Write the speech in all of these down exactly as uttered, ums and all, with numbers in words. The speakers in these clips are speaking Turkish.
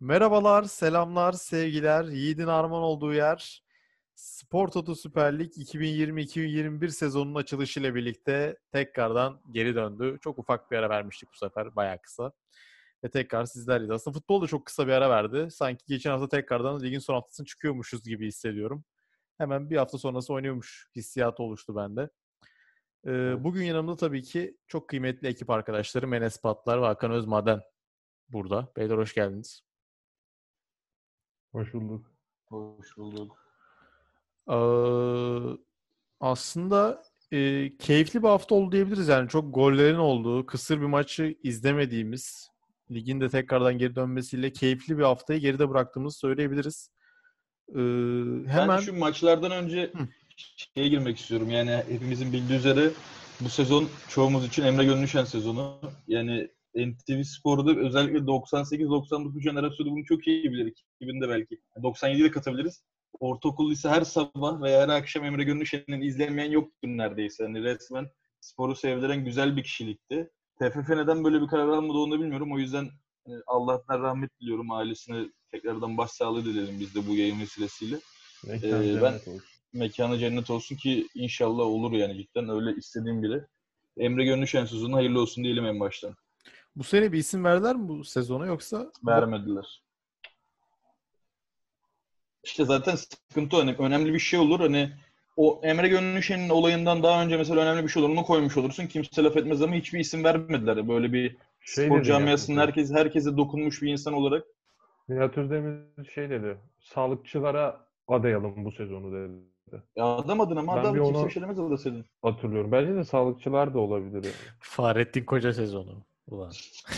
Merhabalar, selamlar, sevgiler. Yiğidin armağan olduğu yer Spor Toto Süper Lig iki bin yirmi iki bin yirmi bir sezonunun açılışıyla birlikte tekrardan geri döndü. Çok ufak bir ara vermiştik bu sefer, bayağı kısa. Ve tekrar sizlerleyiz. Aslında futbol da çok kısa bir ara verdi. Sanki geçen hafta tekrardan ligin son haftasını çıkıyormuşuz gibi hissediyorum. Hemen bir hafta sonrası oynuyormuş hissiyatı oluştu bende. Ee, Evet. bugün yanımda tabii ki çok kıymetli ekip arkadaşlarım Enes Patlar ve Hakan Özmaden burada. Beyler hoş geldiniz. Hoş bulduk. Hoş bulduk. Ee, aslında e, keyifli bir hafta oldu diyebiliriz. Yani çok gollerin olduğu, kısır bir maçı izlemediğimiz, ligin de tekrardan geri dönmesiyle keyifli bir haftayı geride bıraktığımızı söyleyebiliriz. Ee, Ben hemen şu maçlardan önce Hı. şeye girmek istiyorum. Yani hepimizin bildiği üzere bu sezon çoğumuz için Emre Gönlüşen sezonu. Yani N T V Spor'da özellikle doksan sekiz doksan dokuz jenerasyonu bunu çok iyi bilir. iki binde belki. doksan yediyi de katabiliriz. Ortaokul ise her sabah veya her akşam Emre Gönlüşen'in izlemeyen yoktu neredeyse. Yani resmen sporu sevdiren güzel bir kişilikti. T F F neden böyle bir karar almadı onu da bilmiyorum. O yüzden e, Allah'tan rahmet diliyorum. Ailesine tekrardan başsağlığı dilerim biz de bu yayın vesilesiyle. Mekan Ee, cennet ben olsun. mekanı cennet olsun ki inşallah olur yani cidden öyle istediğim biri. Emre Gönlüşen sözüne hayırlı olsun diyelim en baştan. bu sene bir isim verdiler mi bu sezona yoksa? Vermediler. İşte zaten sıkıntı o. Hani önemli bir şey olur. Hani o Emre Gönlüşen'in olayından daha önce mesela önemli bir şey olur. Onu koymuş olursun. Kimse laf etmez ama hiçbir isim vermediler. Böyle bir Şey spor dedi Nihat camiasının mesela. herkes, herkese dokunmuş bir insan olarak. Nihat Özdemir şey dedi. Sağlıkçılara adayalım bu sezonu dedi. Ya adam adına ama Ben bir adam kimse bir onu şey demez orada senin. hatırlıyorum. Bence de sağlıkçılar da olabilir yani. Fahrettin Koca sezonu. Ulan.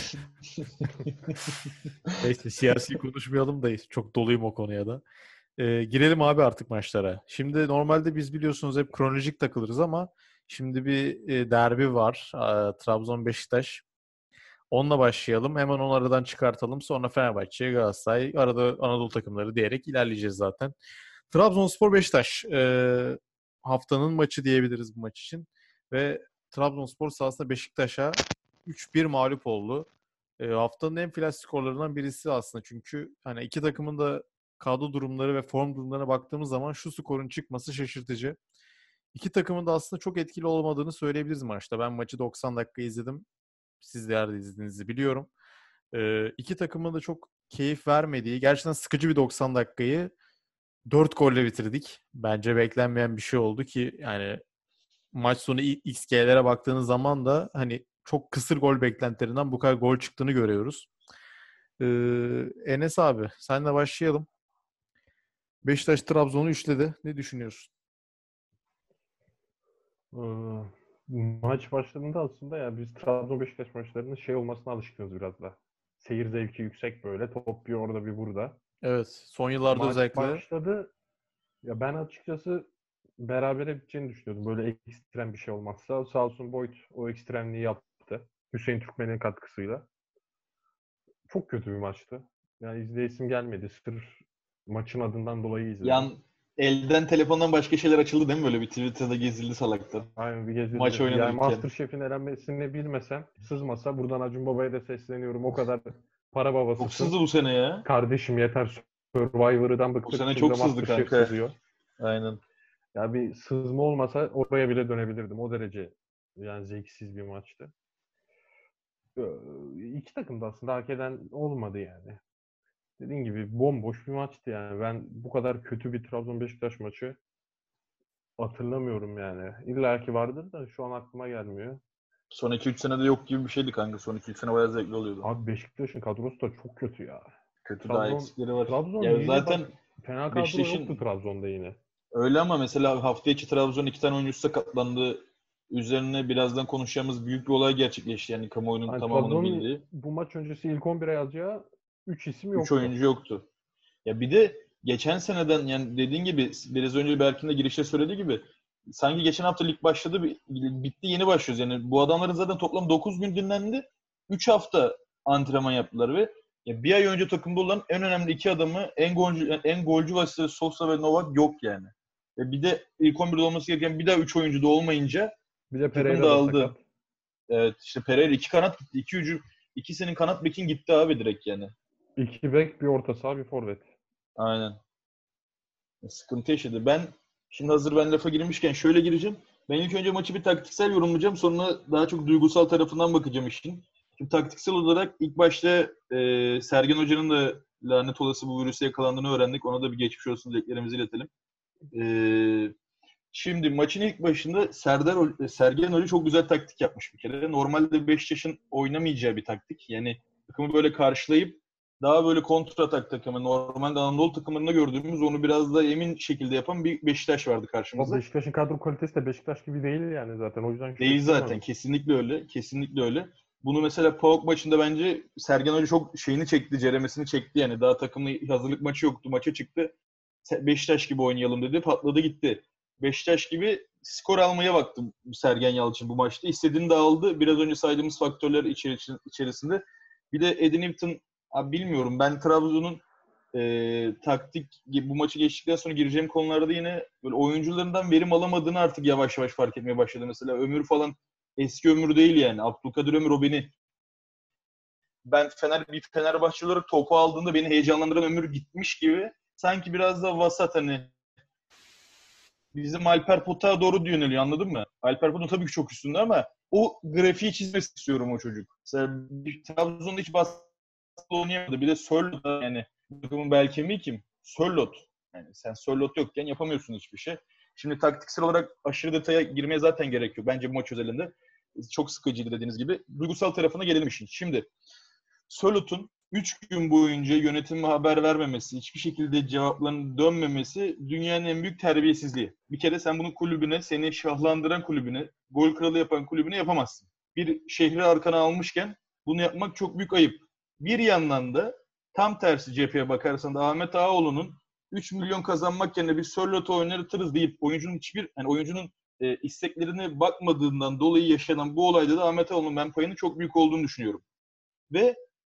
Neyse siyasi konuşmayalım da çok doluyum o konuya da. Ee, girelim abi artık maçlara. Şimdi normalde biz biliyorsunuz hep kronolojik takılırız ama şimdi bir e, derbi var. Ee, Trabzon-Beşiktaş. Onunla başlayalım. Hemen onu aradan çıkartalım. Sonra Fenerbahçe, Galatasaray, arada Anadolu takımları diyerek ilerleyeceğiz zaten. Trabzonspor-Beşiktaş e, haftanın maçı diyebiliriz bu maç için. Ve Trabzonspor sahasında Beşiktaş'a üç bir mağlup oldu. E, haftanın en flash skorlarından birisi aslında. Çünkü hani iki takımın da kadro durumları ve form durumlarına baktığımız zaman şu skorun çıkması şaşırtıcı. İki takımın da aslında çok etkili olmadığını söyleyebiliriz maçta. Ben maçı doksan dakika izledim. Sizler de izlediğinizi biliyorum. Ee, iki takımın da çok keyif vermediği, gerçekten sıkıcı bir doksan dakikayı dört golle bitirdik. Bence beklenmeyen bir şey oldu ki yani maç sonu X G'lere baktığınız zaman da hani çok kısır gol beklentilerinden bu kadar gol çıktığını görüyoruz. Ee, Enes abi senle başlayalım. Beşiktaş Trabzon'u üçledi. Ne düşünüyorsun? Ee, maç başladığında aslında ya biz Trabzon Beşiktaş maçlarının şey olmasına alışkınız biraz da. Seyir zevki yüksek böyle. Top bir orada bir burada. Evet. Son yıllarda Maç özellikle. başladı. Ya ben açıkçası berabere biteceğini düşünüyordum. Böyle ekstrem bir şey olmazsa. Sağ olsun Boyd o ekstremliği yaptı. Hüseyin Türkmen'in katkısıyla. Çok kötü bir maçtı. Yani izleyesim gelmedi. Sırf maçın adından dolayı izledim. Yan elden telefondan başka şeyler açıldı değil mi böyle bir Twitter'da gezildi salakta. Aynen bir Maç gezildi. Yani oynanırken. MasterChef'in elenmesini bilmesem, sızmasa buradan Acun Baba'ya da sesleniyorum. O kadar para Çok babasısın. sızdı bu sene ya. Kardeşim yeter. Survivor'dan Bu bıktık. sene Şimdi de çok sızdı MasterChef kanka. sızıyor. Aynen. Ya bir sızma olmasa oraya bile dönebilirdim. O derece yani zevksiz bir maçtı. Ee, İki takım da aslında hak eden olmadı yani. Dediğim gibi bomboş bir maçtı yani. Ben bu kadar kötü bir Trabzon Beşiktaş maçı hatırlamıyorum yani. İlla ki vardır da şu an aklıma gelmiyor. Son iki üç senede yok gibi bir şeydi kanka. Son iki üç sene bayağı zevkli oluyordu. Abi Beşiktaş'ın kadrosu da çok kötü ya. Kötü daha Trabzon eksikleri var. Trabzon Ya yine zaten bak fena kadro yoktu Beşiktaş'ın Trabzon'da yine. öyle ama mesela hafta içi Trabzon iki tane oyuncusu sakatlandı. Üzerine birazdan konuşacağımız büyük bir olay gerçekleşti. Yani kamuoyunun Yani tamamının Trabzon'un bildiği. bu maç öncesi ilk on bire yazacağı üç isim Üç yoktu. oyuncu yoktu. Ya bir de geçen seneden yani dediğin gibi biraz önce Berk'in de girişte söylediği gibi sanki geçen hafta lig başladı bitti yeni başlıyoruz. Yani bu adamların zaten toplam dokuz gün dinlendi. üç hafta antrenman yaptılar ve ya bir ay önce takımda olan en önemli iki adamı en golcü, en golcü vasıtası Sosa ve Novak yok yani. Ve bir de ilk on birde olması gereken bir daha üç oyuncu da olmayınca Bir de takım Pereira da dağıldı. sakat. Evet işte Pereira iki kanat gitti. iki ucu ikisinin kanat bekin gitti abi direkt yani. İki bek, bir orta saha, bir forvet. Aynen. Sıkıntı yaşadı. Ben şimdi hazır ben lafa girmişken şöyle gireceğim. Ben ilk önce maçı bir taktiksel yorumlayacağım. Sonra daha çok duygusal tarafından bakacağım işin. Şimdi taktiksel olarak ilk başta e, Sergen Hoca'nın da lanet olası bu virüse yakalandığını öğrendik. Ona da bir geçmiş olsun dileklerimizi iletelim. E, Şimdi maçın ilk başında Serdar Sergen Hoca çok güzel taktik yapmış bir kere. Normalde Beşiktaş'ın oynamayacağı bir taktik. Yani takımı böyle karşılayıp daha böyle kontratak takımı, normalde Anadolu takımlarında gördüğümüz onu biraz da emin şekilde yapan bir Beşiktaş vardı O karşımızda. Beşiktaş'ın kadro kalitesi de Beşiktaş gibi değil yani zaten. O yüzden Değil zaten. şaşırmadım. Kesinlikle öyle. Kesinlikle öyle. Bunu mesela PAOK maçında bence Sergen Hoca çok şeyini çekti, ceremesini çekti yani. Daha takımla hazırlık maçı yoktu. Maça çıktı. Beşiktaş gibi oynayalım dedi. Patladı gitti. Beşiktaş gibi skor almaya baktı Sergen Yalçın bu maçta. İstediğini de aldı. Biraz önce saydığımız faktörler içerisinde. Bir de Eddie Newton, abi bilmiyorum. Ben Trabzon'un e, taktik bu maçı geçtikten sonra gireceğim konularda yine böyle oyuncularından verim alamadığını artık yavaş yavaş fark etmeye başladı. Mesela Ömür falan eski Ömür değil yani. Abdülkadir Ömür o beni ben Fener bir Fenerbahçeli olarak topu aldığında beni heyecanlandıran Ömür gitmiş gibi. Sanki biraz da vasat hani bizim Alper Potuk'a doğru yöneliyor, anladın mı? Alper Potuk tabii ki çok üstünde ama o grafiği çizmesi istiyorum o çocuk. Mesela bir, Trabzon'da hiç basketbol oynayamadı. Bir de Sörloth yani bu takımın bel kemiği kim? Sörloth. Yani sen Sörloth yokken yapamıyorsun hiçbir şey. Şimdi taktiksel olarak aşırı detaya girmeye zaten gerek yok. Bence bu maç özelinde çok sıkıcıydı dediğiniz gibi. Duygusal tarafına gelelim işin. Şimdi Sörloth'un üç gün boyunca yönetime haber vermemesi, hiçbir şekilde cevaplarının dönmemesi dünyanın en büyük terbiyesizliği. Bir kere sen bunu kulübüne, seni şahlandıran kulübüne, gol kralı yapan kulübüne yapamazsın. Bir şehri arkana almışken bunu yapmak çok büyük ayıp. Bir yandan da tam tersi cepheye bakarsan da Ahmet Ağaoğlu'nun üç milyon kazanmak yerine bir Sörloth'u oynatırız deyip oyuncunun hiçbir yani oyuncunun e, isteklerine bakmadığından dolayı yaşanan bu olayda da Ahmet Ağaoğlu'nun ben payının çok büyük olduğunu düşünüyorum. Ve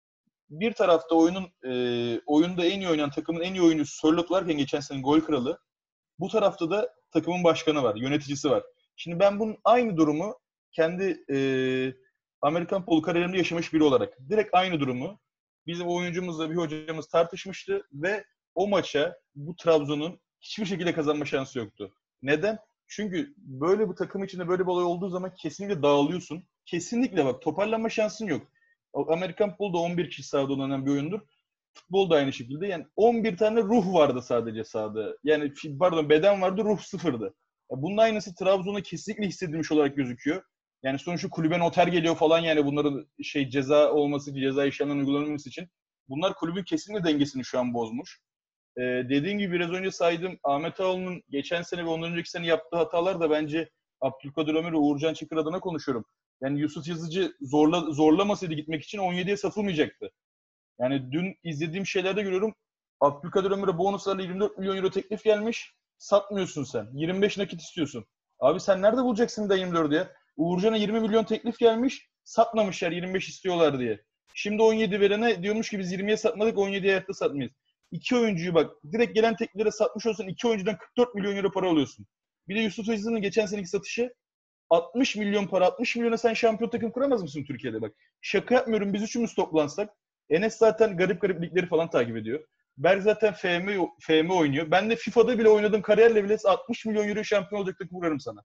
bir tarafta oyunun e, oyunda en iyi oynayan takımın en iyi oyuncusu Sörloth varken geçen sene gol kralı. Bu tarafta da takımın başkanı var, yöneticisi var. Şimdi ben bunun aynı durumu kendi e, Amerikan futbolu kariyerimde yaşamış biri olarak direkt aynı durumu bizim oyuncumuzla bir hocamız tartışmıştı ve o maça bu Trabzon'un hiçbir şekilde kazanma şansı yoktu. Neden? Çünkü böyle bir takım içinde böyle bir olay olduğu zaman kesinlikle dağılıyorsun. Kesinlikle bak toparlanma şansın yok. Amerikan futbolda on bir kişi sahada oynanan bir oyundur. Futbol da aynı şekilde. Yani on bir tane ruh vardı sadece sahada. Yani pardon beden vardı, ruh sıfırdı. Bunun aynısı Trabzon'a kesinlikle hissedilmiş olarak gözüküyor. Yani sonuçta kulübe noter geliyor falan yani bunların şey ceza olması, ceza işlemlerinin uygulanması için. Bunlar kulübün kesinlikle dengesini şu an bozmuş. Ee, dediğim gibi biraz önce saydığım Ahmet Ağaoğlu'nun geçen sene ve ondan önceki sene yaptığı hatalar da bence Abdülkadir Ömür ve Uğurcan Çakır adına konuşuyorum. Yani Yusuf Yazıcı zorla, zorlamasaydı gitmek için on yediye satılmayacaktı. Yani dün izlediğim şeylerde görüyorum. Abdülkadir Ömür'e bonuslarla yirmi dört milyon euro teklif gelmiş. Satmıyorsun sen. yirmi beş nakit istiyorsun. Abi sen nerede bulacaksın bir de yirmi dördü ya? Uğurcan'a yirmi milyon teklif gelmiş. Satmamışlar yirmi beş istiyorlar diye. Şimdi on yedi verene diyormuş ki biz yirmiye satmadık on yediye hayatta satmayız. İki oyuncuyu bak direkt gelen tekliflere satmış olsan iki oyuncudan kırk dört milyon euro para alıyorsun. Bir de Yusuf Yazıcı'nın geçen seneki satışı altmış milyon para. altmış milyona sen şampiyon takım kuramaz mısın Türkiye'de bak? Şaka yapmıyorum biz üçümüz toplansak. Enes zaten garip garip ligleri falan takip ediyor. Berk zaten F M, F M oynuyor. Ben de FIFA'da bile oynadığım kariyerle bile altmış milyon euro şampiyon olacak takım kurarım sana.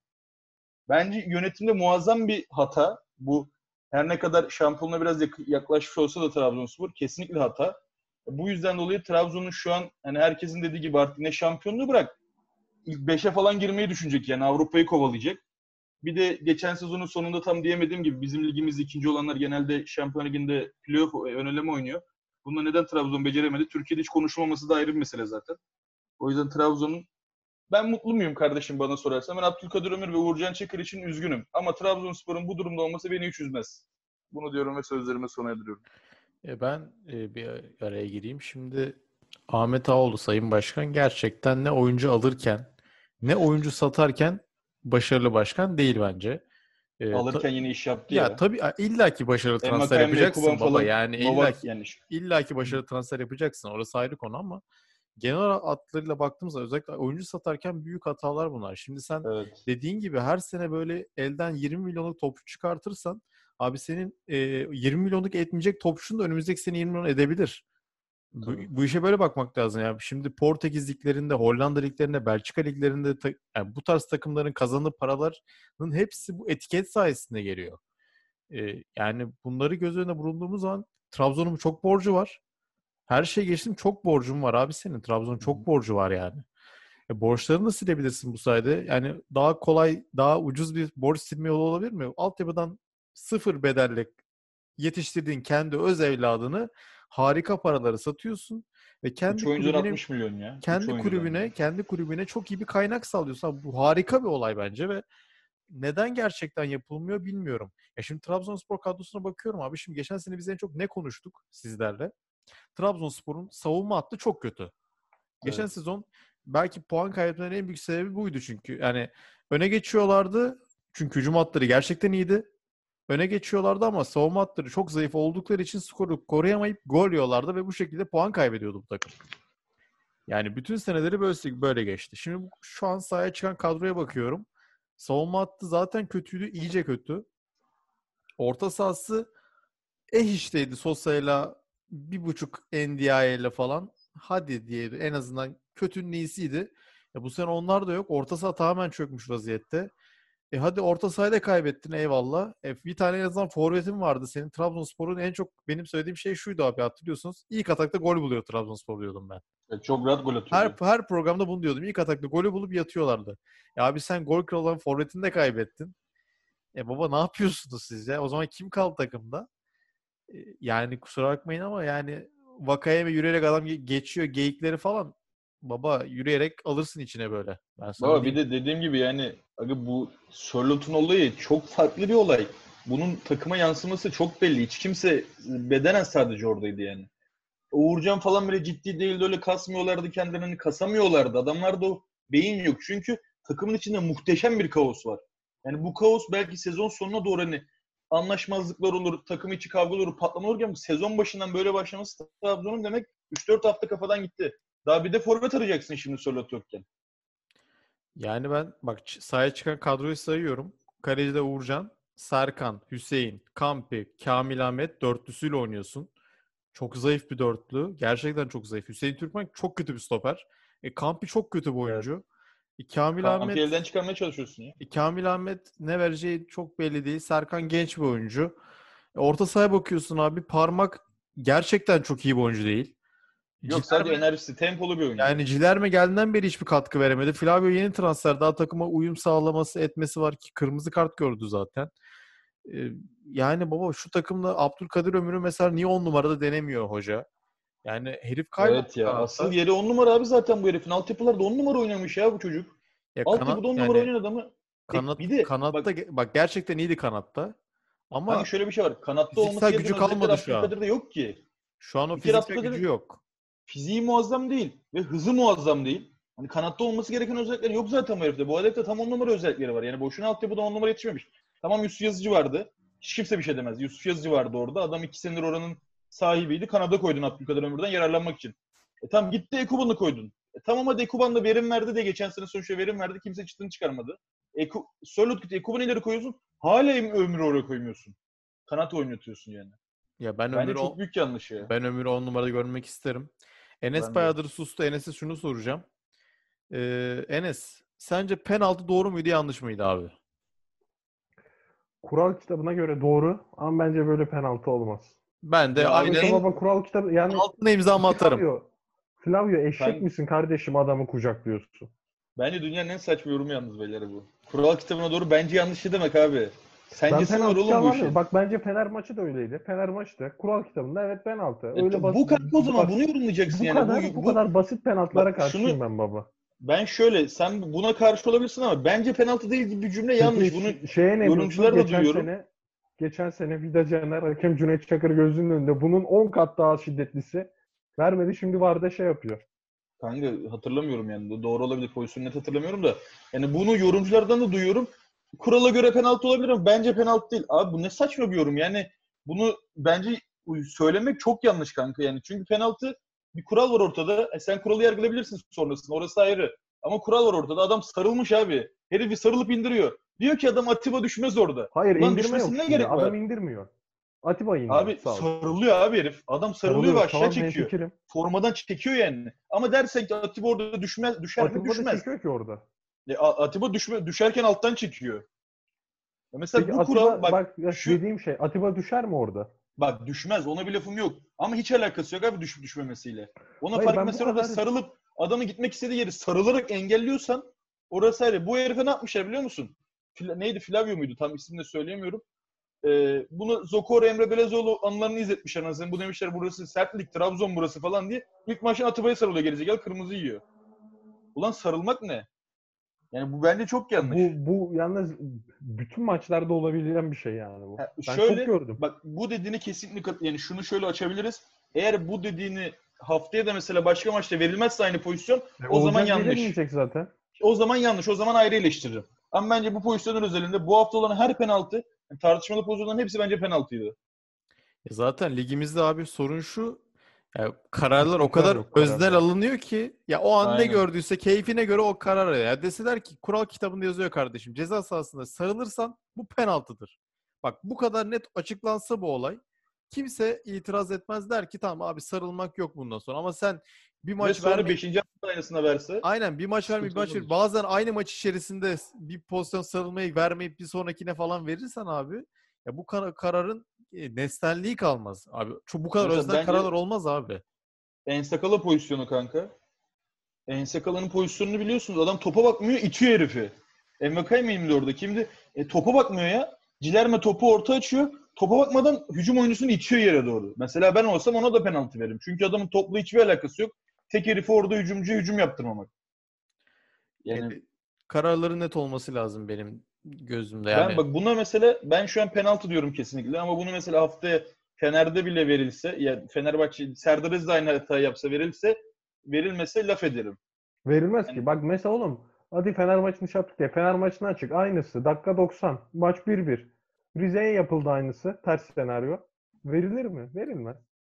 Bence yönetimde muazzam bir hata. Bu her ne kadar şampiyonluğa biraz yaklaşmış olsa da Trabzonspor kesinlikle hata. Bu yüzden dolayı Trabzon'un şu an hani herkesin dediği gibi artık ne şampiyonluğu bırak. İlk beşe falan girmeyi düşünecek yani Avrupa'yı kovalayacak. Bir de geçen sezonun sonunda tam diyemediğim gibi bizim ligimizde ikinci olanlar genelde Şampiyon Ligi'nde playoff ön eleme oynuyor. Bunda neden Trabzon beceremedi? Türkiye'de hiç konuşulmaması da ayrı bir mesele zaten. O yüzden Trabzon'un ben mutlu muyum kardeşim bana sorarsan? Ben Abdülkadir Ömür ve Uğurcan Çakır için üzgünüm. Ama Trabzonspor'un bu durumda olması beni hiç üzmez. Bunu diyorum ve sözlerime sona erdiriyorum. E ben e, bir araya gireyim. Şimdi Ahmet Ağaoğlu Sayın Başkan gerçekten ne oyuncu alırken ne oyuncu satarken başarılı başkan değil bence. E, ta- Alırken yine iş yaptı ya ya. tabii illaki başarılı transfer Envakayeme, Ekuban yapacaksın baba. falan Yani Novak illaki yani. illaki başarılı transfer yapacaksın. Orası ayrı konu ama genel hatlarıyla baktığımızda özellikle oyuncu satarken büyük hatalar bunlar. Şimdi sen Evet. dediğin gibi her sene böyle elden yirmi milyonluk topçu çıkartırsan abi senin e, yirmi milyonluk etmeyecek topçun da önümüzdeki sene yirmi milyon edebilir. Bu, Tabii. bu işe böyle bakmak lazım ya. Şimdi Portekiz liglerinde, Hollanda liglerinde, Belçika liglerinde ta- yani bu tarz takımların kazandığı paraların hepsi bu etiket sayesinde geliyor. Ee, yani bunları göz önüne bulunduğumuz zaman Trabzon'un çok borcu var. Her şey geçtim, çok borcum var abi senin. Trabzon'un Hı hı. çok borcu var yani. E, borçlarını da silebilirsin bu sayede. Yani daha kolay, daha ucuz bir borç silme yolu olabilir mi? Altyapıdan sıfır bedelle yetiştirdiğin kendi öz evladını harika paraları satıyorsun ve üç kendi oyuncudan kulübüne altmış milyon ya. üç kendi oyuncudan kulübüne ya. kendi kulübüne çok iyi bir kaynak sağlıyorsun. Abi bu harika bir olay bence ve neden gerçekten yapılmıyor bilmiyorum. Ya şimdi Trabzonspor kadrosuna bakıyorum abi. Şimdi geçen sene biz en çok ne konuştuk sizlerle? Trabzonspor'un savunma hattı çok kötü. Geçen Evet. sezon belki puan kaybetmelerinin en büyük sebebi buydu çünkü. Yani öne geçiyorlardı çünkü hücum hatları gerçekten iyiydi. Öne geçiyorlardı ama savunma hatları çok zayıf oldukları için skoru koruyamayıp gol yiyorlardı ve bu şekilde puan kaybediyordu bu takım. Yani bütün seneleri böyle, böyle geçti. Şimdi şu an sahaya çıkan kadroya bakıyorum. Savunma hattı zaten kötüydü, iyice kötü. Orta sahası eh işteydi Sosa'yla bir buçuk N D I ile falan. Hadi diye en azından kötünün iyisiydi. Ya bu sene onlar da yok. Orta saha tamamen çökmüş vaziyette. E hadi orta sahayı da kaybettin eyvallah. E bir tane en azından forvetin vardı. Senin Trabzonspor'un en çok benim söylediğim şey şuydu abi hatırlıyorsunuz. İlk atakta gol buluyor Trabzonspor diyordum ben. Ya çok rahat gol Her atıyordu. her programda bunu diyordum. İlk atakta golü bulup yatıyorlardı. Ya abi sen gol kralı olan forvetini de kaybettin. E baba ne yapıyorsunuz siz ya? O zaman kim kaldı takımda? E, yani kusura bakmayın ama yani Vakayeme yürüyerek adam ge- geçiyor geyikleri falan. Baba yürüyerek alırsın içine böyle. Ben sana Baba bir diyeyim. de dediğim gibi yani aga bu Sörlot'un olayı çok farklı bir olay. Bunun takıma yansıması çok belli. Hiç kimse bedenen sadece oradaydı yani. Uğurcan falan bile ciddi değildi. Öyle kasmıyorlardı kendilerini. Kasamıyorlardı. Adamlarda o beyin yok. Çünkü takımın içinde muhteşem bir kaos var. Yani bu kaos belki sezon sonuna doğru hani anlaşmazlıklar olur, takım içi kavga olur, patlama olur ama sezon başından böyle başlaması Trabzon'un demek üç dört hafta kafadan gitti. Daha bir de forvet arayacaksın şimdi Sörlot yokken. Yani ben bak ç- sahaya çıkan kadroyu sayıyorum. Kaleci'de Uğurcan, Serkan, Hüseyin, Kampi, Kamil Ahmet dörtlüsüyle oynuyorsun. Çok zayıf bir dörtlü. Gerçekten çok zayıf. Hüseyin Türkmen çok kötü bir stoper. E, Kampi çok kötü bir Evet. oyuncu. E, Kamil Kampi Ahmet elden çıkarmaya çalışıyorsun ya. e, Kamil Ahmet ne vereceği çok belli değil. Serkan genç bir oyuncu. E, orta sahaya bakıyorsun abi. Parmak gerçekten çok iyi bir oyuncu değil. Yok sadece Cilerme, enerjisi, tempolu bir oyuncu. yani Cilerme geldiğinden beri hiçbir katkı veremedi. Flavio yeni transfer. Daha takıma uyum sağlaması etmesi var ki kırmızı kart gördü zaten. E, yani baba şu takımda Abdülkadir Ömür'ü mesela niye on numarada denemiyor hoca? Yani herif kayboldu Evet ya. Asıl kanatta. yeri on numara abi zaten bu herifin. Altyapılarda on numara oynamış ya bu çocuk. Ya kanat Altyapıda on numara yani oynayan adamı. E, kanat bir de kanatta bak ge- bak gerçekten iyiydi kanatta. hangi Ama şöyle bir şey var. Kanatta olması fiziksel gereken gücü özellikler kalmadı şu an. Abdülkadir'de yok ki. Şu an o Bir kere fiziksel gücü Abdülkadir'in yok. fiziği muazzam değil. Ve hızı muazzam değil. Hani kanatta olması gereken özellikler yok zaten bu herifte. Bu herifte tam on numara özellikleri var. Yani boşuna altyapıda on numara yetişmemiş. Tamam Yusuf Yazıcı vardı. Hiç kimse bir şey demez. Yusuf Yazıcı vardı orada. Adam iki senedir oranın sahibiydi. Kanada koydun Abdülkadir Ömür'den yararlanmak için. E tamam gitti Ekuban'ı koydun. E tamam hadi Ekuban da verim verdi de geçen sene sonuçta verim verdi. Kimse çıtını çıkarmadı. Eku, Sörloth gitti. Ekuban'ı ileri koyuyorsun. Hala Ömür'ü oraya koymuyorsun. Kanat oynatıyorsun yani. Ya ben Bence Ömür'ü çok o- büyük yanlış ya. ben Ömür'ü on numarada görmek isterim. Enes Ben de. bayağıdır sustu. Enes'e şunu soracağım. Ee, Enes, sence penaltı doğru muydu yanlış mıydı abi? Kural kitabına göre doğru ama bence böyle penaltı olmaz. Ben de Ya abi aynen Sonuçta en baba kural kitabı yani altına imzamı atarım. Flavio, Flavio eşek ben misin kardeşim adamı kucaklıyorsun. Bence dünyanın en saçma yorumu yalnız beyler bu. Kural kitabına doğru bence yanlış ne demek abi? Ben Sencesi mi var penaltı oğlum bu çalmıyorum. işin? Bak bence Fener maçı da öyleydi. Fener maçı da kural kitabında evet penaltı. E, Öyle t- bas, bu kadar o zaman bas bunu yorumlayacaksın bu yani. Bu, kadar bu bu kadar basit penaltılara bak şunu karşıyım ben baba. ben şöyle sen buna karşı olabilirsin ama bence penaltı değil gibi bir cümle Peki yanlış. Bunu ş- şeye ne diyorsun? yorumcular da Geçen duyuyorum. sene geçen sene Vida Caner hakem Cüneyt Çakır gözünün önünde bunun on kat daha şiddetlisi vermedi. Şimdi VAR'da şey yapıyor. Kanka hatırlamıyorum yani. Doğru olabilir. Pozisyonu net hatırlamıyorum da. Yani bunu yorumculardan da duyuyorum. Kurala göre penaltı olabilir ama bence penaltı değil. Abi bu ne saçma bir yorum. Yani bunu bence söylemek çok yanlış kanka yani. Çünkü penaltı bir kural var ortada. E sen kuralı yargılayabilirsin sonrasında. Orası ayrı. Ama kural var ortada. Adam sarılmış abi. Herifi sarılıp indiriyor. Diyor ki adam Atiba düşmez orada. Hayır Ulan indirme yok düşmesine ne şimdi. gerek var? Adam indirmiyor. Atiba indi. Abi sağ ol. sarılıyor abi herif. Adam sarılıyor ve aşağı tamam, çekiyor. hemfikirim. Formadan çekiyor yani. Ama dersen ki Atiba orada düşmez, düşer mi? Atiba da Düşmez. çekiyor ki orada. E, A- Atiba düşme, düşerken alttan çekiyor. Ya mesela Peki bu Atiba kural bak, bak, ya şu dediğim şey Atiba düşer mi orada? bak düşmez. Ona bir lafım yok. Ama hiç alakası yok abi düşüp düşmemesiyle. Ona Hayır, fark ben bu mesela orada kadar- sarılıp adamın gitmek istediği yeri sarılarak engelliyorsan orası ayrı. Bu herife ne yapmışlar biliyor musun? Fila- neydi? Flavio muydu? Tam ismini de söyleyemiyorum. Ee, bunu Zokor Emre Belezoğlu anılarını izletmişler anasını. Bu demişler burası sertlik, Trabzon burası falan diye. İlk maçın Atiba'ya sarılıyor gerizekalı, kırmızı yiyor. Ulan sarılmak ne? Yani bu bence çok yanlış. Bu bu yalnız bütün maçlarda olabilen bir şey yani bu. Ha, Ben şöyle, çok gördüm. bak bu dediğini kesinlikle kat- yani şunu şöyle açabiliriz. Eğer bu dediğini haftaya da mesela başka maçta verilmezse aynı pozisyon E, o zaman olacak, yanlış. verilmeyecek zaten. O zaman yanlış. O zaman ayrı eleştiririm. Ama bence bu pozisyonun özelinde bu hafta olan her penaltı, yani tartışmalı pozisyonların hepsi bence penaltıydı. Ya zaten ligimizde abi sorun şu. Ya kararlar o İstikrar kadar yok kararda. öznel alınıyor ki ya o an ne Aynen. gördüyse keyfine göre o karar ya. Ya deseler ki kural kitabında yazıyor kardeşim. Ceza sahasında sarılırsan bu penaltıdır. Bak bu kadar net açıklansa bu olay kimse itiraz etmez, der ki tamam abi sarılmak yok bundan sonra. Ama sen bir Ve maç sonra vermeyip beşinci hafta aynısına verse aynen bir maç vermeyip bir maç sıkıntı verip bazen aynı maç içerisinde bir pozisyon sarılmayı vermeyip bir sonrakine falan verirsen abi ya bu kar- kararın e, nesnelliği kalmaz abi. Çok bu kadar Mesela öznel bence- kararlar olmaz abi. Ensakala pozisyonu kanka. Ensakala'nın pozisyonunu biliyorsunuz. Adam topa bakmıyor, itiyor herifi. Envakay mıydı orada? Kimdi? E, topa bakmıyor ya. Cilerme topu orta açıyor. Topa bakmadan hücum oyuncusunu itiyor yere doğru. Mesela ben olsam ona da penaltı veririm. Çünkü adamın topla hiçbir alakası yok. Tek herifi orada hücumcuya hücum yaptırmamak. Yani E, kararların net olması lazım benim gözümde. ben Yani bak buna mesela ben şu an penaltı diyorum kesinlikle ama bunu mesela haftaya Fener'de bile verilse, yani Fenerbahçe Serdar Aziz de aynı hatayı yapsa verilse, verilmese laf ederim. Verilmez Yani- ki. Bak mesela oğlum hadi Fener maçını şey yaptık diye. Fener maçına açık. Aynısı. Dakika doksan. Maç bir bir. Rize'ye yapıldı aynısı. Ters senaryo. Verilir mi? Verilmez.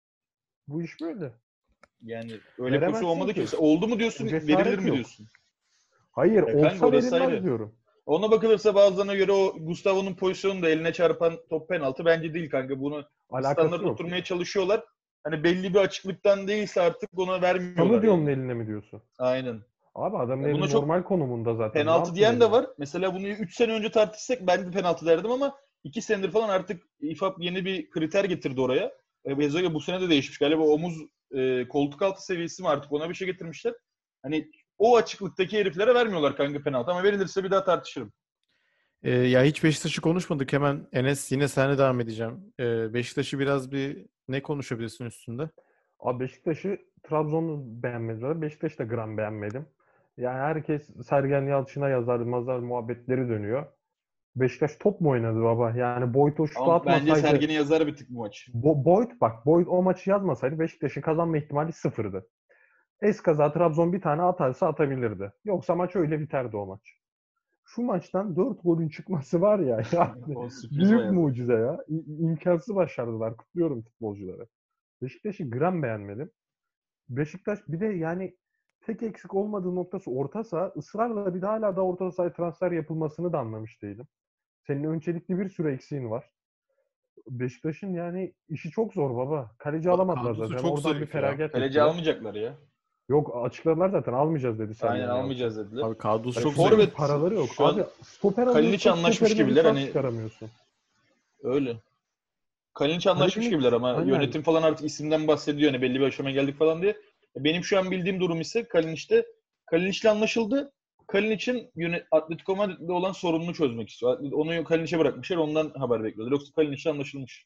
Bu iş böyle. Yani öyle Veremezsin pozisyon olmadı ki. ki. Oldu mu diyorsun, Cesaret verilir mi yok. diyorsun? Hayır, Ya kanka, olsa orası verilmez ayrı. diyorum. Ona bakılırsa bazılarına göre o Gustavo'nun pozisyonu da eline çarpan top penaltı bence değil kanka. Bunu Alakası standart yok. oturmaya çalışıyorlar. Hani belli bir açıklıktan değilse artık ona vermiyorlar. Salı diyorum yani. eline mi diyorsun? Aynen. Abi adamın Ya eli buna çok normal konumunda zaten. Ne Penaltı yapsın diyen de eli? var. Mesela bunu üç sene önce tartışsak ben de penaltı derdim ama iki senedir falan artık İFAB yeni bir kriter getirdi oraya. E, özellikle bu sene de değişmiş. Galiba omuz e, koltuk altı seviyesi mi artık ona bir şey getirmişler. Hani o açıklıktaki heriflere vermiyorlar kanka penaltı ama verilirse bir daha tartışırım. e, ya hiç Beşiktaş'ı konuşmadık. Hemen Enes yine seninle devam edeceğim. E, Beşiktaş'ı biraz bir ne konuşabilirsin üstünde? Abi Beşiktaş'ı Trabzon'u beğenmediler. Beşiktaş'ı da gram beğenmedim. Yani herkes Sergen Yalçın'a yazar, mazar muhabbetleri dönüyor. Beşiktaş top mu oynadı baba? Yani Boyd o şutu Ama bence atmasaydı... Sergen'e yazar bir tık bu maç. Bo- Boyd bak, Boyd o maçı yazmasaydı Beşiktaş'ın kazanma ihtimali sıfırdı. Eskaza Trabzon bir tane atarsa atabilirdi. Yoksa maç öyle biterdi o maç. Şu maçtan dört golün çıkması var ya, ya O sürpriz büyük bayağı. mucize ya. İ- imkansız başardılar. Kutluyorum futbolcuları. Beşiktaş'ı gram beğenmedim. Beşiktaş bir de yani tek eksik olmadığı noktası orta saha. Israrla bir de hala da orta sahaya transfer yapılmasını da anlamış değilim. Senin öncelikli bir sürü eksiğin var. Beşiktaş'ın yani işi çok zor baba. Kaleci alamadılar Kadrosu zaten. çok Oradan bir zayıf ya. feragat Kaleci ettiler. almayacaklar ya. Yok, açıkladılar zaten, almayacağız dedi Sergen Aynen Yalçın. almayacağız dediler. Abi kadrosu Ya çok çünkü zayıf. Forvet paraları yok. şu an Abi stoper Kalinic alıyorsun, anlaşmış stoperine bir gibiler, pas hani- çıkaramıyorsun. Öyle. Kalinic anlaşmış Kalinic, gibiler ama aynen. yönetim falan artık isimden bahsediyor hani belli bir aşamaya geldik falan diye. Benim şu an bildiğim durum ise Kalinic'te Kalinic'le anlaşıldı. Kalinic'in yönet- Atletico Madrid'le olan sorununu çözmek istiyor. Onu Kalinic'e bırakmışlar. Ondan haber bekliyorlar. Yoksa Kalinic'le anlaşılmış.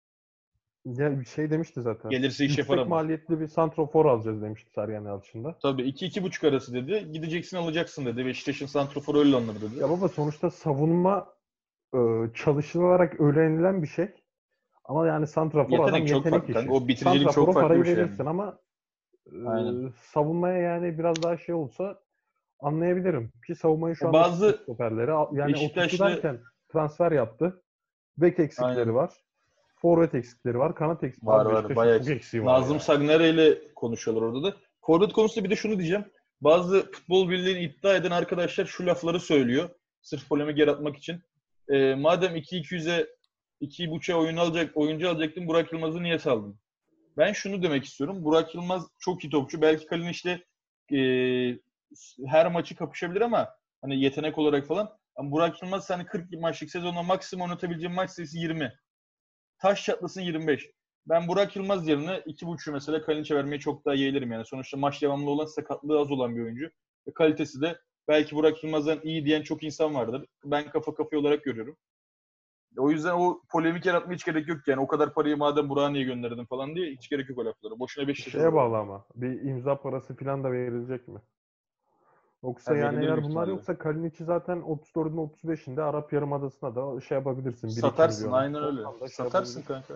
Ya bir şey demişti zaten. Gelirse iş yapar Yüksek ama. maliyetli bir santrofor alacağız demişti Sergen Yalçın'da. Tabii iki iki buçuk arası dedi. Gideceksin alacaksın dedi. Beşiktaş'ın santroforu öyle alınır dedi. Ya baba sonuçta savunma e, çalışılarak öğrenilen bir şey. Ama yani santrafor adam Yetenek çok yetenek farklı işi. kanka. O bitiricilik çok Santrafora farklı parayı bir şey verirsin yani. ama e, Aynen. savunmaya yani biraz daha şey olsa anlayabilirim. Ki savunmayı şu Ya anda bazı tuttu stoperleri. Yani o tuttu Beşiktaşlı- derken transfer yaptı. Bek eksikleri Aynen. var. Forvet eksikleri var. Kanat eksikleri Var Abi var. Beşiktaş'ın Bayağı çok eksiği var Nazım ya. Sagnere ile konuşuyorlar orada da. Forvet konusunda bir de şunu diyeceğim. Bazı futbol birliğini iddia eden arkadaşlar şu lafları söylüyor. Sırf polemik yaratmak için. Ee, madem iki iki yüze iki buçuğa oyun alacak, oyuncu alacaktın. Burak Yılmaz'ı niye saldın? Ben şunu demek istiyorum. Burak Yılmaz çok iyi topçu. Belki Kalinic işte e, her maçı kapışabilir ama hani yetenek olarak falan. Ama Burak Yılmaz hani kırk maçlık sezonda maksimum oynatabileceğim maç sayısı yirmi. Taş çatlasın yirmi beş. Ben Burak Yılmaz yerine iki buçuğu mesela Kalinic'e vermeyi çok daha yeğlerim yani. Sonuçta maç devamlı olan, sakatlığı az olan bir oyuncu. Ve kalitesi de belki Burak Yılmaz'dan iyi diyen çok insan vardır. Ben kafa kafaya olarak görüyorum. O yüzden o polemik yaratmaya hiç gerek yok yani. O kadar parayı madem Burak'a niye gönderdin falan diye hiç gerek yok o laflara. Boşuna Beşiktaş'a Şeye zarar. bağlı ama. Bir imza parası falan da verilecek mi? Yoksa Ha, yani verilir eğer büyük bunlar ihtimalle. yoksa Kalinic'i zaten otuz dördün otuz beşinde Arap Yarımadası'na da şey yapabilirsin. bir iki Satarsın milyona. aynen öyle. Oradan da şey Satarsın yapabilirsin. kanka.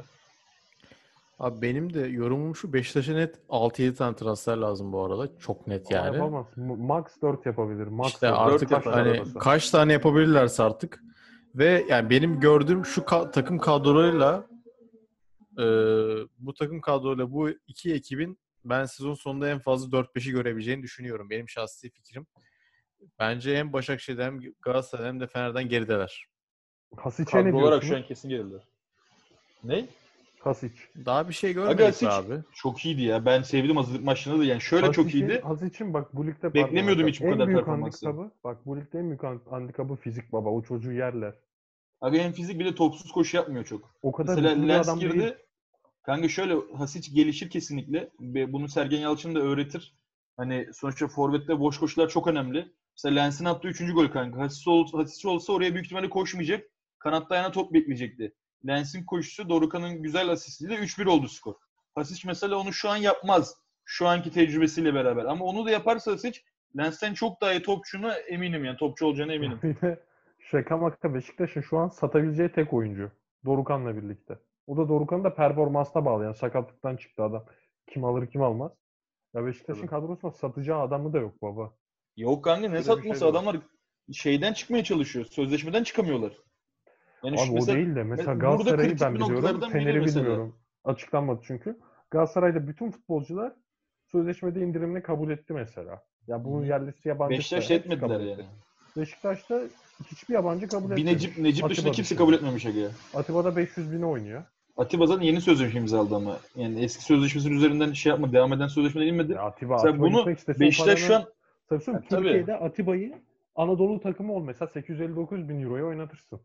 Abi benim de yorumum şu: Beşiktaş'a net altı yedi tane transfer lazım bu arada. Çok net Ama yani. yapamaz. M- Max dört yapabilir. Max İşte dört. artık Dört yapar. Taş hani çatlasa. kaç tane yapabilirlerse artık. Ve yani benim gördüğüm şu ka- takım kadrolarıyla e, bu takım kadroyla bu iki ekibin ben sezon sonunda en fazla dört beşi görebileceğini düşünüyorum. Benim şahsi fikrim. Bence hem Başakşehir'den hem Galatasaray'dan hem de Fener'den gerideler. Hasic'e ne Kadro olarak şu diyorsunuz? an kesin gelirler. Ne? Hasic. Daha bir şey Aga görmedik be Asic abi. çok iyiydi ya. Ben sevdim hazırlık maçlarında da. Yani şöyle çok Hasic'in, iyiydi. Hasic'in bak bu ligde pardon Beklemiyordum Hakan. hiç bu En kadar büyük performansı. handikapı bak bu ligde en büyük hand- handikapı fizik baba. O çocuğu yerler. Aga hem fizik bir de topsuz koşu yapmıyor çok. O kadar Mesela hızlı bir Lens adam değil. girdi. Kanka şöyle Hasic gelişir kesinlikle. Ve bunu Sergen Yalçın da öğretir. Hani sonuçta forvette boş koşular çok önemli. Mesela Lens'in attığı üçüncü gol kanka. Hasic olsa, Hasic olsa oraya büyük ihtimalle koşmayacak. Kanatta ayağına top bekleyecekti. Lens'in koşusu Dorukhan'ın güzel asistiyle üç bir oldu skor. Hasic mesela onu şu an yapmaz. Şu anki tecrübesiyle beraber. Ama onu da yaparsa Hasic Lens'ten çok daha iyi topçuna eminim yani. Topçu olacağına eminim. Yine şaka maka Beşiktaş'ın şu an satabileceği tek oyuncu. Dorukhan'la birlikte. O da Dorukhan'ın da performansına bağlı. Yani sakatlıktan çıktı adam. Kim alır kim almaz. Ya Beşiktaş'ın Tabii. kadrosunda satacağı adamı da yok baba. Yok kanka ne Böyle bir şey satması de var. adamlar şeyden çıkmaya çalışıyor. Sözleşmeden çıkamıyorlar. Yani Abi şu o mesela değil de mesela me- burada Galatasaray'ı kritik ben bir biliyorum. noktalardan biri Fener'i mesela. bilmiyorum. Açıklanmadı çünkü. Galatasaray'da bütün futbolcular sözleşmede indirimini kabul etti mesela. Ya Hı bunun hı. yerlisi yabancısı da Beşiktaş'ta hepsi etmediler kabul yani. etti. Beşiktaş'ta hiçbir yabancı kabul Bir Necip, etmemiş. Necip dışında Atiba kimse kabul dışında. etmemiş Aga. Atiba da beş yüz bine oynuyor. Atiba zaten yeni sözleşme imzaladı ama. Yani eski sözleşmesinin üzerinden şey yapma, devam eden sözleşmeden inmedi. Ya Atiba, Mesela Atiba bunu gitmek istese o Beşiktaş şu paranın an tabii söyleyeyim, ya, tabii Türkiye'de Atiba'yı Anadolu takımı ol mesela sekiz yüz elli dokuz bin euroya oynatırsın.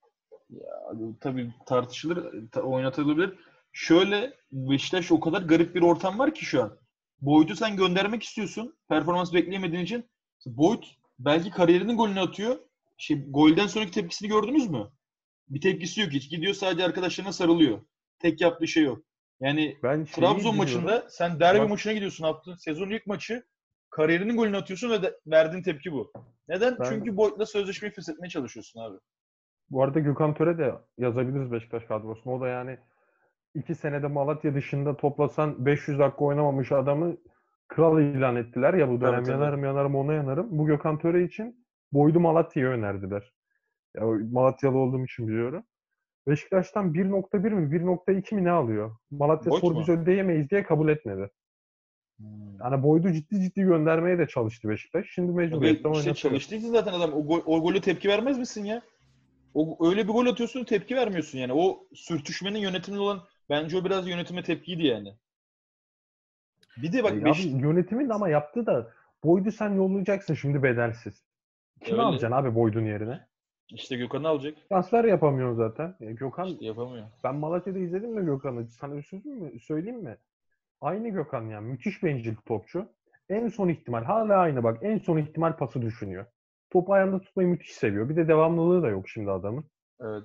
tabii tartışılır, ta- oynatılabilir. Şöyle Beşiktaş o kadar garip bir ortam var ki şu an. Boyd'u sen göndermek istiyorsun. Performans bekleyemediğin için. Boyd belki kariyerinin golünü atıyor. Şey, golden sonraki tepkisini gördünüz mü? Bir tepkisi yok hiç. Gidiyor sadece arkadaşlarına sarılıyor. Tek yaptığı şey o. Yani Ben şeyi Trabzon biliyorum. maçında sen derbi Bak maçına gidiyorsun haftanın sezonun ilk maçı. Kariyerinin golünü atıyorsun ve de, verdiğin tepki bu. Neden? ben Çünkü Boyd'la sözleşmeyi feshetmeye çalışıyorsun abi. bu arada Gökhan Töre de yazabiliriz Beşiktaş kadrosuna. O da yani iki senede Malatya dışında toplasan beş yüz dakika oynamamış adamı kral ilan ettiler ya bu Tabii dönem. tabii. Yanarım yanarım ona yanarım. Bu Gökhan Töre için Boyd'u Malatya'ya önerdiler. Ya, Malatyalı olduğum için biliyorum. Beşiktaş'tan bir nokta bir mi bir nokta iki mi ne alıyor? Malatya Boyd Spor biz mu? ödeyemeyiz diye kabul etmedi. Hmm. Yani Boyd'u ciddi ciddi göndermeye de çalıştı Beşiktaş. Şimdi Aga mecburiyetten işte oynatıyor. çalıştığı zaten adam o, gol, o golü tepki vermez misin ya? O, öyle bir gol atıyorsun tepki vermiyorsun yani. O sürtüşmenin yönetimli olan bence o biraz yönetime tepkiydi yani. Bir de bak E, abi beş yönetimin ama yaptı da Boyd'u sen yollayacaksın şimdi bedelsiz. Kimi öyle. alacaksın abi Boyd'un yerine? İşte Gökhan'ı alacak. Transfer yapamıyor zaten. E, Gökhan İşte yapamıyor. ben Malatya'da izledim de Gökhan'ı. Sana bir sözüm mü? Söyleyeyim mi? Aynı Gökhan yani. Müthiş bencil topçu. En son ihtimal. Hala aynı bak. En son ihtimal pası düşünüyor. Topu ayağında tutmayı müthiş seviyor. Bir de devamlılığı da yok şimdi adamın. Evet.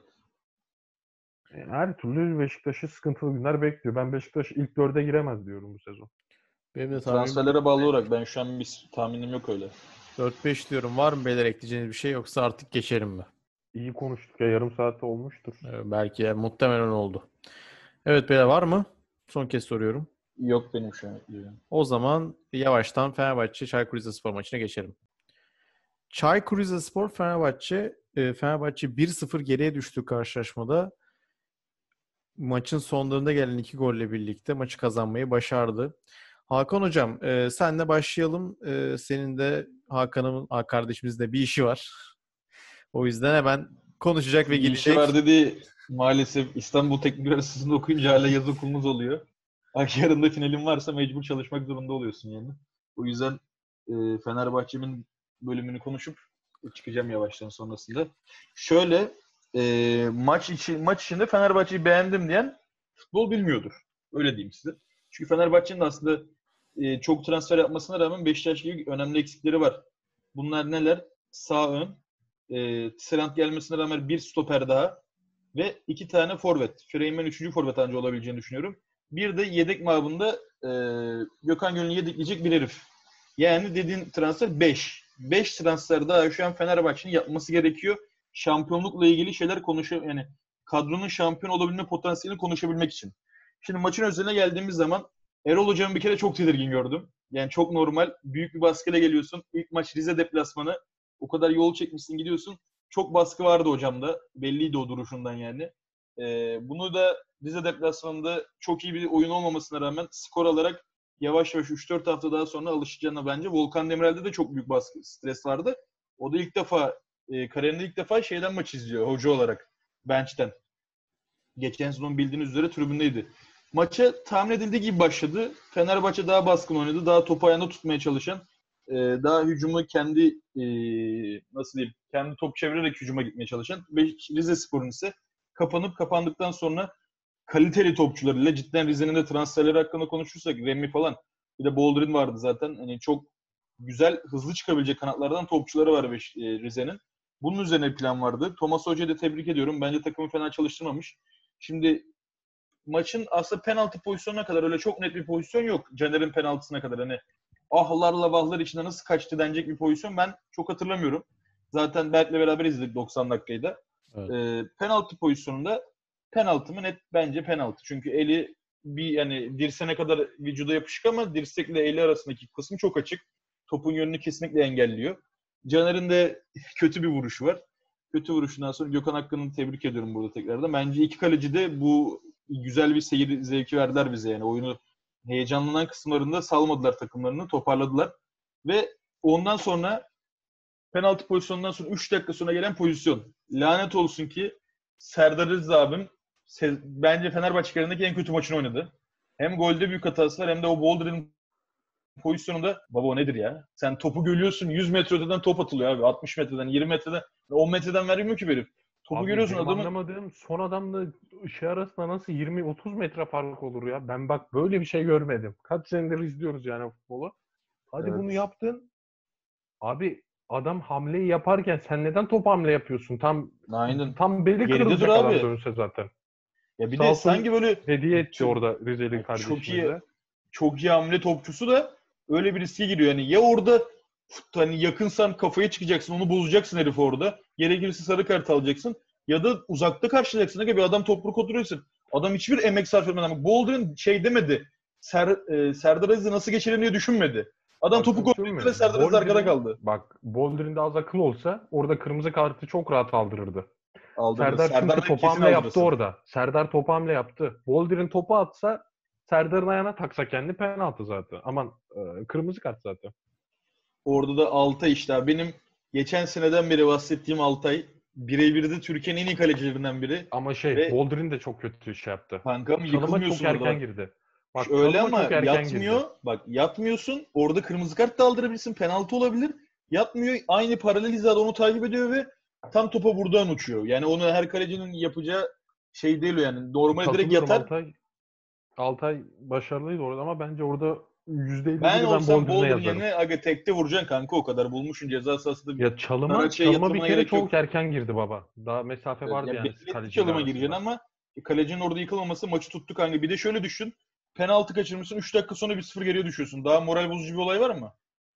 E, her türlü Beşiktaş'ı sıkıntılı günler bekliyor. Ben Beşiktaş ilk dörde giremez diyorum bu sezon. Benim de tahminim Transferlere bağlı olarak ben şu an bir tahminim yok öyle. dört beş diyorum. Var mı beyler ekleyeceğiniz bir şey, yoksa artık geçelim mi? İyi konuştuk ya. Yarım saatte olmuştur. Ee, belki ya, muhtemelen oldu. Evet beyler, var mı? Son kez soruyorum. Yok benim şu an. O zaman yavaştan Fenerbahçe Çaykur Rizespor maçına geçelim. Çaykur Rizespor Fenerbahçe e, Fenerbahçe bir sıfır geriye düştü karşılaşmada. Maçın sonlarında gelen iki golle birlikte maçı kazanmayı başardı. Hakan hocam, e, senle başlayalım. E, senin de Hakan'ın kardeşimizde bir işi var. O yüzden hemen konuşacak ve Bir işi gelecek. var dedi, maalesef İstanbul Teknik Üniversitesi'nde okuyunca hala yaz okulumuz oluyor. Ay, yarın da finalim varsa mecbur çalışmak zorunda oluyorsun yani. O yüzden e, Fenerbahçe'nin bölümünü konuşup çıkacağım yavaştan sonrasında. Şöyle e, maç içi maç içinde Fenerbahçe'yi beğendim diyen futbol bilmiyordur. Öyle diyeyim size. Çünkü Fenerbahçe'nin de aslında e, çok transfer yapmasına rağmen Beşiktaş gibi önemli eksikleri var. Bunlar neler? Sağ ön, e, Tisserand gelmesine rağmen bir stoper daha ve iki tane forvet. Freyman üçüncü forvet anca olabileceğini düşünüyorum. Bir de yedek mabında e, Gökhan Gönül'ü yedekleyecek bir herif. Yani dediğin transfer beş. beş transfer daha şu an Fenerbahçe'nin yapması gerekiyor. Şampiyonlukla ilgili şeyler konuşuyor. Yani kadronun şampiyon olabilme potansiyelini konuşabilmek için. Şimdi maçın özeline geldiğimiz zaman Erol Hocam'ı bir kere çok tedirgin gördüm. Yani çok normal. Büyük bir baskıyla geliyorsun. İlk maç Rize deplasmanı. O kadar yol çekmişsin gidiyorsun. Çok baskı vardı hocamda. Belliydi o duruşundan yani. Ee, bunu da Rize deplasmanında çok iyi bir oyun olmamasına rağmen skor alarak yavaş yavaş üç dört hafta daha sonra alışacağına bence. Volkan Demirel'de de çok büyük baskı, stres vardı. O da ilk defa, e, kariyerinde ilk defa şeyden maç izliyor hoca olarak. Bench'ten. Geçen sezon bildiğiniz üzere tribündeydi. Maça tahmin edildiği gibi başladı. Fenerbahçe daha baskın oynadı. Daha topu ayağında tutmaya çalışan, e, daha hücumu kendi e, nasıl diyeyim, kendi top çevirerek hücuma gitmeye çalışan ve Rizespor'un ise kapanıp kapandıktan sonra kaliteli topçularıyla, cidden Rize'nin de transferleri hakkında konuşursak Remy falan, bir de Boldrin vardı zaten. Hani çok güzel, hızlı çıkabilecek kanatlardan topçuları var Rize'nin. Bunun üzerine plan vardı. Thomas Hoca'yı da tebrik ediyorum. Bence takımı fena çalıştırmamış. Şimdi maçın aslında penaltı pozisyonuna kadar öyle çok net bir pozisyon yok. Caner'in penaltısına kadar hani ahlarla vahlar içinde nasıl kaçtı denecek bir pozisyon ben çok hatırlamıyorum. Zaten Berk'le beraber izledik doksan dakikayı da. Evet. E, penaltı pozisyonunda penaltı mı? Net bence penaltı. Çünkü eli bir yani dirsene kadar vücuda yapışık ama dirsekle eli arasındaki kısmı çok açık. Topun yönünü kesinlikle engelliyor. Caner'in de kötü bir vuruşu var. Kötü vuruşundan sonra Gökhan Akkan'ı tebrik ediyorum burada tekrardan. Bence iki kaleci de bu güzel bir seyir zevki verdiler bize yani. Oyunu heyecanlanan kısımlarında salmadılar takımlarını, toparladılar. Ve ondan sonra penaltı pozisyonundan sonra üç dakika sonra gelen pozisyon. Lanet olsun ki Serdar Aziz abim bence Fenerbahçe kariyerindeki en kötü maçını oynadı. Hem golde büyük hatası var hem de o Boldrin'in pozisyonunda baba o nedir ya? Sen topu görüyorsun, yüz metre öteden top atılıyor abi. altmış metreden, yirmi metreden, on metreden vermiyor ki herif. Topu abi görüyorsun adamın. Anlamadığım son adamla ışığı arasında nasıl yirmi otuz metre fark olur ya? Ben bak böyle bir şey görmedim. Kaç senedir izliyoruz yani futbolu. Hadi evet. Bunu yaptın. Abi adam hamleyi yaparken sen neden top hamle yapıyorsun? Tam Aynen. Tam beli kırılacak adam dönse zaten. Ya bir Sağ de sanki böyle hediye etti çok, orada Rizeli kardeşimize. Çok iyi, çok iyi hamle topçusu da öyle bir riske giriyor. Yani ya orada hani yakınsan kafaya çıkacaksın, onu bozacaksın herif orada. Gerekirse sarı kart alacaksın. Ya da uzakta karşılayacaksın. Bir adam topu kontrolüyorsun. Adam hiçbir emek sarf etmeden. Boldrin şey demedi. Ser, e, Serdar Aziz'i nasıl geçirelim diye düşünmedi. Adam bak, topu kontrolü ve Serdar Aziz arkada kaldı. Bak Boldrin'de az akıl olsa orada kırmızı kartı çok rahat aldırırdı. Aldırdı. Serdar çünkü top hamle yaptı orada. Serdar top hamle yaptı. Boldrin topu atsa Serdar'ın ayağına taksa kendi penaltı zaten. Aman e, kırmızı kart zaten. Orada da Altay işte. Benim geçen seneden beri bahsettiğim Altay birebir de Türkiye'nin en iyi kalecilerinden biri. Ama şey Ve... Boldrin de çok kötü şey yaptı. Kankam yıkılmıyorsun çok orada. erken girdi. Bak, öyle ama yatmıyor. Girdi. Bak yatmıyorsun. Orada kırmızı kart da aldırabilirsin. Penaltı olabilir. Yatmıyor. Aynı paralel hizada onu takip ediyor ve tam topa buradan uçuyor. Yani onu her kalecinin yapacağı şey değil yani. Normalde direkt yatar. Altay, Altay başarılıydı orada ama bence orada yüzde elli ben olsam Boldrin yerine aga tekte vuracaksın kanka o kadar. Bulmuşsun ceza sahasında. Ya çalıma, çalıma bir kere çok yok. Erken girdi baba. Daha mesafe evet, vardı yani. yani çalıma gireceksin ama kalecinin orada yıkılmaması maçı tuttu kanka. Bir de şöyle düşün. Penaltı kaçırmışsın. üç dakika sonra bir sıfır geriye düşüyorsun. Daha moral bozucu bir olay var mı?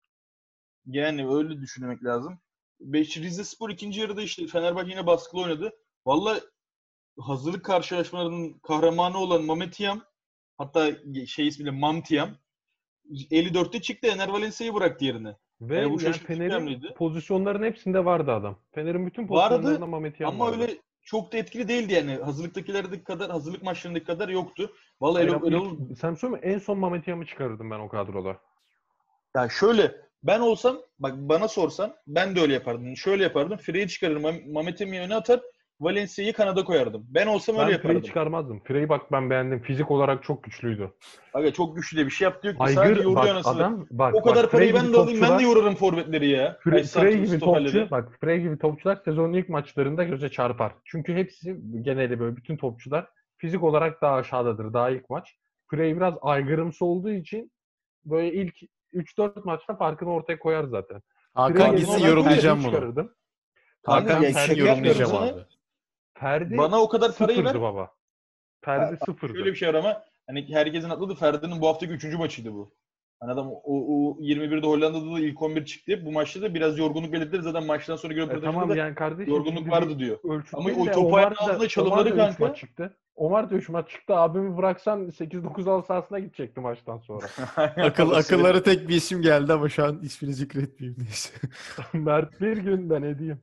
Yani öyle düşünmek lazım. Rizespor ikinci yarıda işte Fenerbahçe yine baskılı oynadı. Vallahi hazırlık karşılaşmalarının kahramanı olan Mametiyam, hatta şey ismiyle Mamtiyam elli dörtte çıktı. Ener Valencia'yı bıraktı yerine. Ve yani bu yani Fener'in pozisyonların hepsinde vardı adam. Fener'in bütün pozisyonlarında Mametiyam vardı. Ama öyle çok da etkili değildi yani. Hazırlıktakilerdeki kadar, hazırlık maçlarındaki kadar yoktu. Vallahi Erol, Erol... Sen söyleme en son Mametiyam'ı çıkarırdım ben o kadroda. Ya şöyle Ben olsam, bak bana sorsan ben de öyle yapardım. Şöyle yapardım. Frey'i çıkarırım. Mehmet Emin'i öne atar. Valencia'yı kanada koyardım. Ben olsam öyle Ben Frey'i yapardım. çıkarmazdım. Frey'i bak ben beğendim. Fizik olarak çok güçlüydü. Aga çok güçlü de bir şey yaptı yok ki. Sadece Aygır yoruyor bak anasını. adam bak O kadar bak parayı Frey ben gibi de alayım. Ben de topçular yorarım forvetleri ya. Ay, Frey, Frey gibi stoperleri. topçu bak Frey gibi topçular sezonun ilk maçlarında göze çarpar. Çünkü hepsi genelde böyle bütün topçular fizik olarak daha aşağıdadır daha ilk maç. Frey biraz aygırımsı olduğu için böyle ilk üç dört maçta farkını ortaya koyar zaten. Frey Hakan Farkını gitsin yerine ortaya ben koyar. yorumlayacağım Ferdi'yi bunu. çıkarırdım. Kanka Hakan Ben ya gitsin şaka Ferdi'yi yapmıyorum yorumlayacağım çıkarırdım. sana. abi. Ferdi Bana o kadar parayı ver. sıfırdı baba. Ha, Ferdi sıfırdı. şöyle bir şey var ama hani herkesin atladığı Ferdi'nin bu haftaki üçüncü maçıydı bu. Hani adam o, o yirmi birde Hollanda'da da ilk on bir çıktı. Bu maçta da biraz yorgunluk belirtti. Zaten maçtan sonra E röportajında tamam da yani kardeşim yorgunluk şimdi bir vardı diyor. ölçüt Ama değil o de topu ayağının Omar da altında Omar çalımları da üç maç kanka. çıktı. Omar da üç maç çıktı. Abimi bıraksan sekiz dokuz al sahasına gidecekti maçtan sonra. Akıl Orası. akıllara tek bir isim geldi ama şu an ismini zikretmeyeyim neyse. Mert bir gün ben edeyim.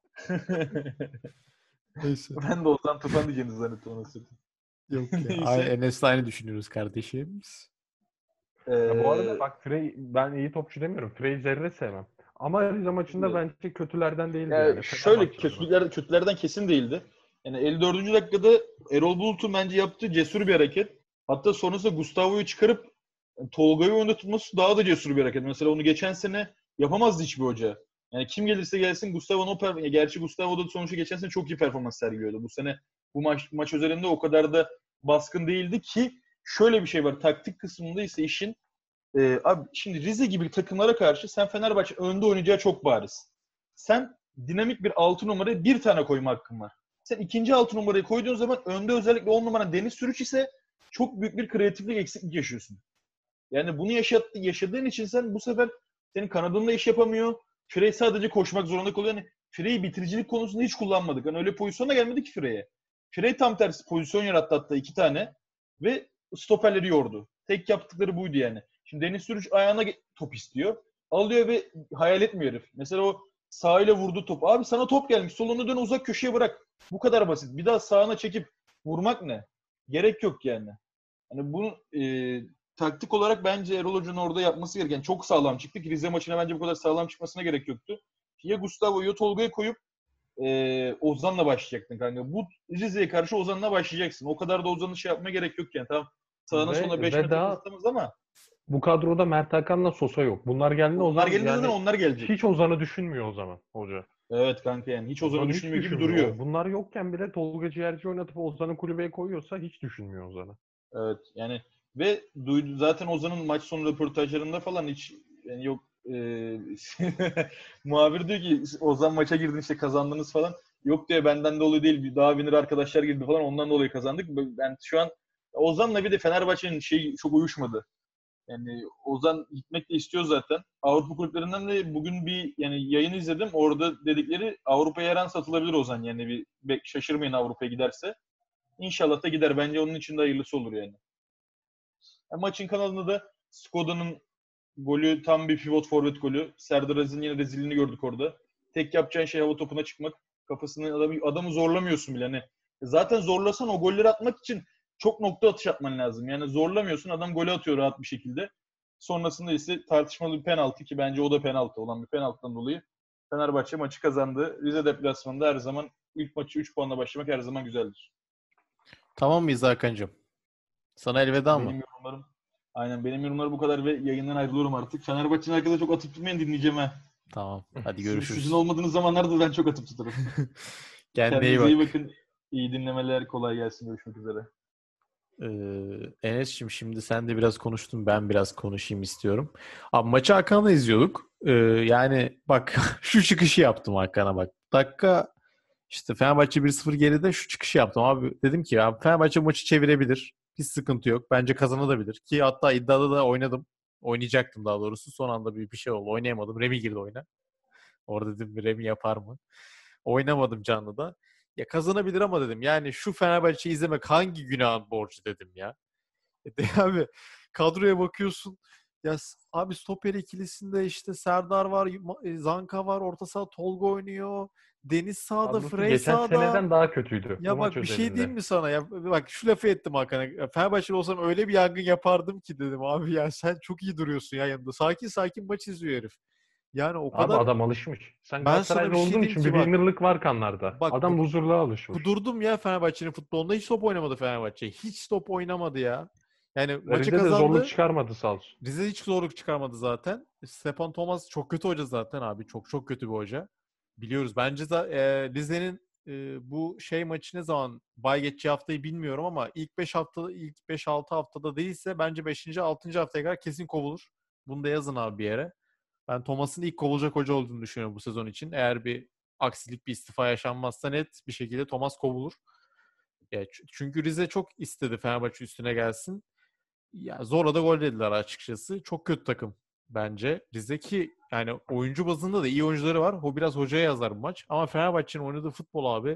Neyse. Ben de Ozan Tufan diyeceğini zannettim ona sırtım. Yok ya. Ay, Neyse. Enes'le aynı düşünüyoruz kardeşimiz. Ya bu Ee, arada bak Frey ben iyi topçu demiyorum. Frey zerre sevmem. Ama Rize maçında bence kötülerden değildi yani yani. şöyle Fenerbahçe adına. kötüler, kötülerden kesin değildi. Yani elli dördüncü dakikada Erol Bulut'un bence yaptığı cesur bir hareket. Hatta sonrasında Gustavo'yu çıkarıp Tolga'yı önde tutması daha da cesur bir hareket. Mesela onu geçen sene yapamazdı hiçbir hoca. Yani kim gelirse gelsin Gustavo'nun o performansı. Gerçi Gustavo da sonuçta geçen sene çok iyi performans sergiliyordu. Bu sene bu maç maç özelinde o kadar da baskın değildi ki şöyle bir şey var. Taktik kısmında ise işin e, abi şimdi Rize gibi takımlara karşı sen Fenerbahçe önde oynayacağı çok bariz. Sen dinamik bir altı numaraya bir tane koyma hakkın var. Sen ikinci altı numarayı koyduğun zaman önde özellikle on numara Deniz Sürüç ise çok büyük bir kreatiflik eksiklik yaşıyorsun. Yani bunu yaşattı, yaşadığın için sen bu sefer senin kanadında iş yapamıyor. Frey sadece koşmak zorunda kalıyor. Yani Frey'i bitiricilik konusunda hiç kullanmadık. Yani öyle pozisyona gelmedi ki Frey'e. Frey tam tersi pozisyon yarattı hatta iki tane ve stoperleri yordu. Tek yaptıkları buydu yani. Şimdi Deniz Sürüç ayağına top istiyor. Alıyor ve hayal etmiyor herif. Mesela o sağıyla vurdu top. Abi sana top gelmiş. Solunu dön uzak köşeye bırak. Bu kadar basit. Bir daha sağına çekip vurmak ne? Gerek yok yani. Hani bunu e, taktik olarak bence Erol Hoca'nın orada yapması gereken çok sağlam çıktık. Rize maçına bence bu kadar sağlam çıkmasına gerek yoktu. Ya Gustavo'yu ya Tolga'ya koyup e, Ozan'la başlayacaktın kanka. Bu Rize'ye karşı Ozan'la başlayacaksın. O kadar da Ozan'ı şey yapmaya gerek yok yani. Tamam sağına sola Ve, beş ve metre daha kısıtlamaz ama bu kadroda Mert Hakan'la Sosa yok. Bunlar geldiğinde onlar Ozan gelince yani zaten onlar gelecek. hiç Ozan'ı düşünmüyor o zaman hoca. Evet kanka yani hiç Ozan'ı Ozan hiç düşünmüyor gibi düşünmüyor. duruyor. Bunlar yokken bile Tolga Ciğerci oynatıp Ozan'ı kulübeye koyuyorsa hiç düşünmüyor Ozan'ı. Evet yani ve duydu zaten Ozan'ın maç sonu röportajlarında falan hiç yani yok e, muhabir diyor ki Ozan maça girdin işte kazandınız falan. Yok diyor benden dolayı değil daha winner arkadaşlar girdi falan ondan dolayı kazandık. Ben şu an Ozan'la bir de Fenerbahçe'nin şey çok uyuşmadı. Yani Ozan gitmek de istiyor zaten. Avrupa kulüplerinden de bugün bir yani yayın izledim. Orada dedikleri Avrupa'ya her an satılabilir Ozan yani bir şaşırmayın Avrupa'ya giderse. İnşallah da gider. Bence onun için de hayırlısı olur yani. E, maçın kanalında da Skoda'nın golü tam bir pivot forvet golü. Serdar Aziz'in yine rezilliğini gördük orada. Tek yapacağın şey hava topuna çıkmak. Kafasını adamı, adamı zorlamıyorsun bile. Hani zaten zorlasan o golleri atmak için çok nokta atış atman lazım. Yani zorlamıyorsun adam golü atıyor rahat bir şekilde. Sonrasında ise tartışmalı bir penaltı ki bence o da penaltı olan bir penaltıdan dolayı Fenerbahçe maçı kazandı. Rize deplasmanında her zaman ilk maçı üç puanla başlamak her zaman güzeldir. Tamam mıyız Hakan'cığım? Sana elveda mı? Benim yorumlarım aynen benim yorumlarım bu kadar ve yayından ayrılıyorum artık. Fenerbahçe'nin hakkında çok atıp tutmayın dinleyeceğim ha. Tamam. Hadi Sizin, görüşürüz. sizin olmadığınız zamanlarda ben çok atıp tutarım. Kendine iyi Kendinize iyi bak. bakın. İyi dinlemeler. Kolay gelsin. Görüşmek üzere. Ee, Enes'cim şimdi sen de biraz konuştun. Ben biraz konuşayım istiyorum. Abi maçı Hakan'la izliyorduk. Ee, yani bak şu çıkışı yaptım Hakan'a bak. Dakika işte Fenerbahçe bir sıfır geride şu çıkışı yaptım abi. Dedim ki ya Fenerbahçe maçı çevirebilir. Hiç sıkıntı yok. Bence kazanabilir. Ki hatta iddiada da oynadım. Oynayacaktım daha doğrusu. Son anda bir, bir şey oldu. Oynayamadım. Remi girdi oyuna. Orada dedim Remi yapar mı? Oynamadım canlıda. Ya kazanabilir ama dedim. Yani şu Fenerbahçe'yi izlemek hangi günahın borcu dedim ya. E de abi kadroya bakıyorsun. Ya abi stoper ikilisinde işte Serdar var, Zanka var, orta saha Tolga oynuyor. Deniz sağda, Kadrosu Frey geçen sağda. seneden daha kötüydü bu Ya maç bak bir şey diyeyim özelinde. mi sana ya? Bak şu lafı ettim Hakan'a. Ya Fenerbahçeli olsam öyle bir yangın yapardım ki dedim abi ya sen çok iyi duruyorsun ya yanında. Sakin sakin maç izliyor herif. Yani o Abi kadar adam alışmış. Sen ben sana bir Galatasaraylı şey olduğun diyeyim için ki bir bak. winner'lık var kanlarda. Bak Adam bu, huzurluğa alışmış. kudurdum ya Fenerbahçe'nin futbolunda. Hiç top oynamadı Fenerbahçe. Hiç top oynamadı ya. Yani maçı Rize de zorluk kazandı. çıkarmadı sağ olsun. Rize hiç zorluk çıkarmadı zaten. Stefan Thomas çok kötü hoca zaten abi. Çok çok kötü bir hoca. Biliyoruz. Bence de e, Rize'nin e, bu şey maçı ne zaman bay geçeceği haftayı bilmiyorum ama ilk beş hafta ilk beş altı haftada değilse bence beşinci altıncı haftaya kadar kesin kovulur. Bunu da yazın abi bir yere. Ben Thomas'ın ilk kovulacak hoca olduğunu düşünüyorum bu sezon için. Eğer bir aksilik bir istifa yaşanmazsa net bir şekilde Thomas kovulur. Ya, çünkü Rize çok istedi Fenerbahçe üstüne gelsin. Ya zorla da gol dediler açıkçası. Çok kötü takım bence. Rize ki yani oyuncu bazında da iyi oyuncuları var. O biraz hocaya yazar bu maç. Ama Fenerbahçe'nin oynadığı futbol abi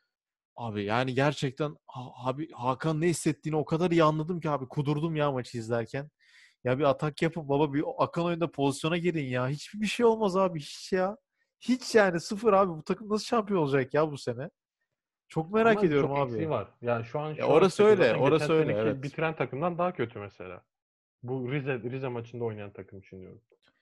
abi yani gerçekten abi Hakan ne hissettiğini o kadar iyi anladım ki abi kudurdum ya maçı izlerken. Ya bir atak yapıp baba bir akan oyunda pozisyona girin ya. Hiçbir bir şey olmaz abi hiç ya. Hiç yani sıfır abi bu takım nasıl şampiyon olacak ya bu sene? Çok merak Ama ediyorum çok abi. eksiği var. Yani şu an Ya şu anki orası takım öyle, zaten geçen orası öyle seneki evet. bitiren takımdan daha kötü mesela. Bu Rize Rize maçında oynayan takım için diyorum.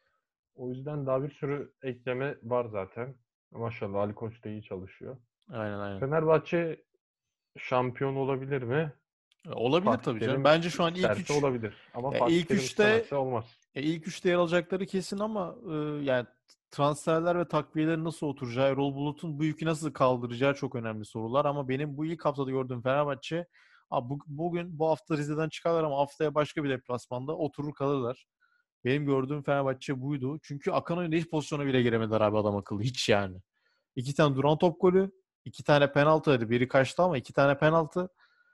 O yüzden daha bir sürü ekleme var zaten. Maşallah Ali Koç da iyi çalışıyor. Aynen aynen. Fenerbahçe şampiyon olabilir mi? E, Olabilir Fatih tabii canım. Terim Bence şu an ilk isterse üç olabilir. Ama ya Fatih ilk Terim üçte istemezse olmaz. ya ilk üçte yer alacakları kesin ama e, yani transferler ve takviyelerin nasıl oturacağı, Erol Bulut'un bu yükü nasıl kaldıracağı çok önemli sorular ama benim bu ilk haftada gördüğüm Fenerbahçe abi bu, bugün bu hafta Rize'den çıkarlar ama haftaya başka bir deplasmanda oturur kalırlar. Benim gördüğüm Fenerbahçe buydu. Çünkü Akan oyunda hiç pozisyona bile giremediler abi adam akıllı. Hiç yani. İki tane duran top golü, iki tane penaltıydı. Biri kaçtı ama iki tane penaltı.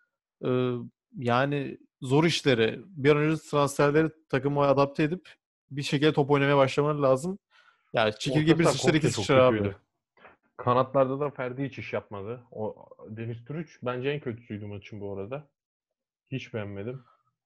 Ee, yani zor işleri. Bir an önce transferleri takıma adapte edip bir şekilde top oynamaya başlamaları lazım. Yani Orta çekirge bir saha sıçrar iki komple çok sıçrar abi. kötüydü. Kanatlarda da Ferdi hiç iş yapmadı. O Deniz Türüç bence en kötüsüydü maçın bu arada. Hiç beğenmedim.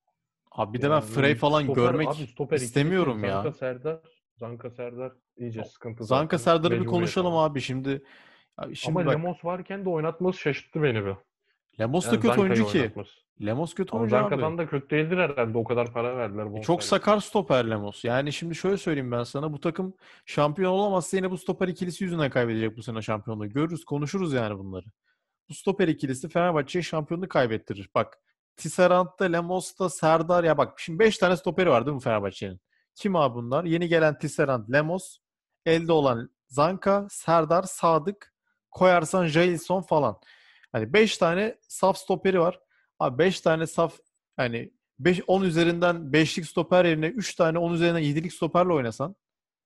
Abi bir de ben Frey Yani falan stoper abi görmek stoper ikilisi istemiyorum Zanka ya. Serdar. Zanka Serdar iyice sıkıntı Zanka zaten. Serdar'ı bir Mecburiyet konuşalım ama. abi. Şimdi abi Ama şimdi bak Lemos varken de oynatması şaşırttı beni bir. Lemos da Yani kötü oyuncu Zanka'yı ki. oynatması. Lemos kötü Ama oyuncu abi. Zanka'dan da kötü değildir herhalde. O kadar para verdiler E, çok bonservis sakar için. stoper Lemos. Yani şimdi şöyle söyleyeyim ben sana. Bu takım şampiyon olamazsa yine bu stoper ikilisi yüzünden kaybedecek bu sene şampiyonluğu. Görürüz, konuşuruz yani bunları. Bu stoper ikilisi Fenerbahçe'ye şampiyonluğu kaybettirir. Bak Tisserand'da, Lemos'ta, Serdar ya bak şimdi beş tane stoperi var değil mi Fenerbahçe'nin? Kim abi bunlar? Yeni gelen Tisserand, Lemos, elde olan Zanka, Serdar, Sadık, koyarsan Jailson falan. Hani beş tane saf stoperi var. Abi beş tane saf hani beş on üzerinden beşlik stoper yerine üç tane on üzerinden yedilik stoperle oynasan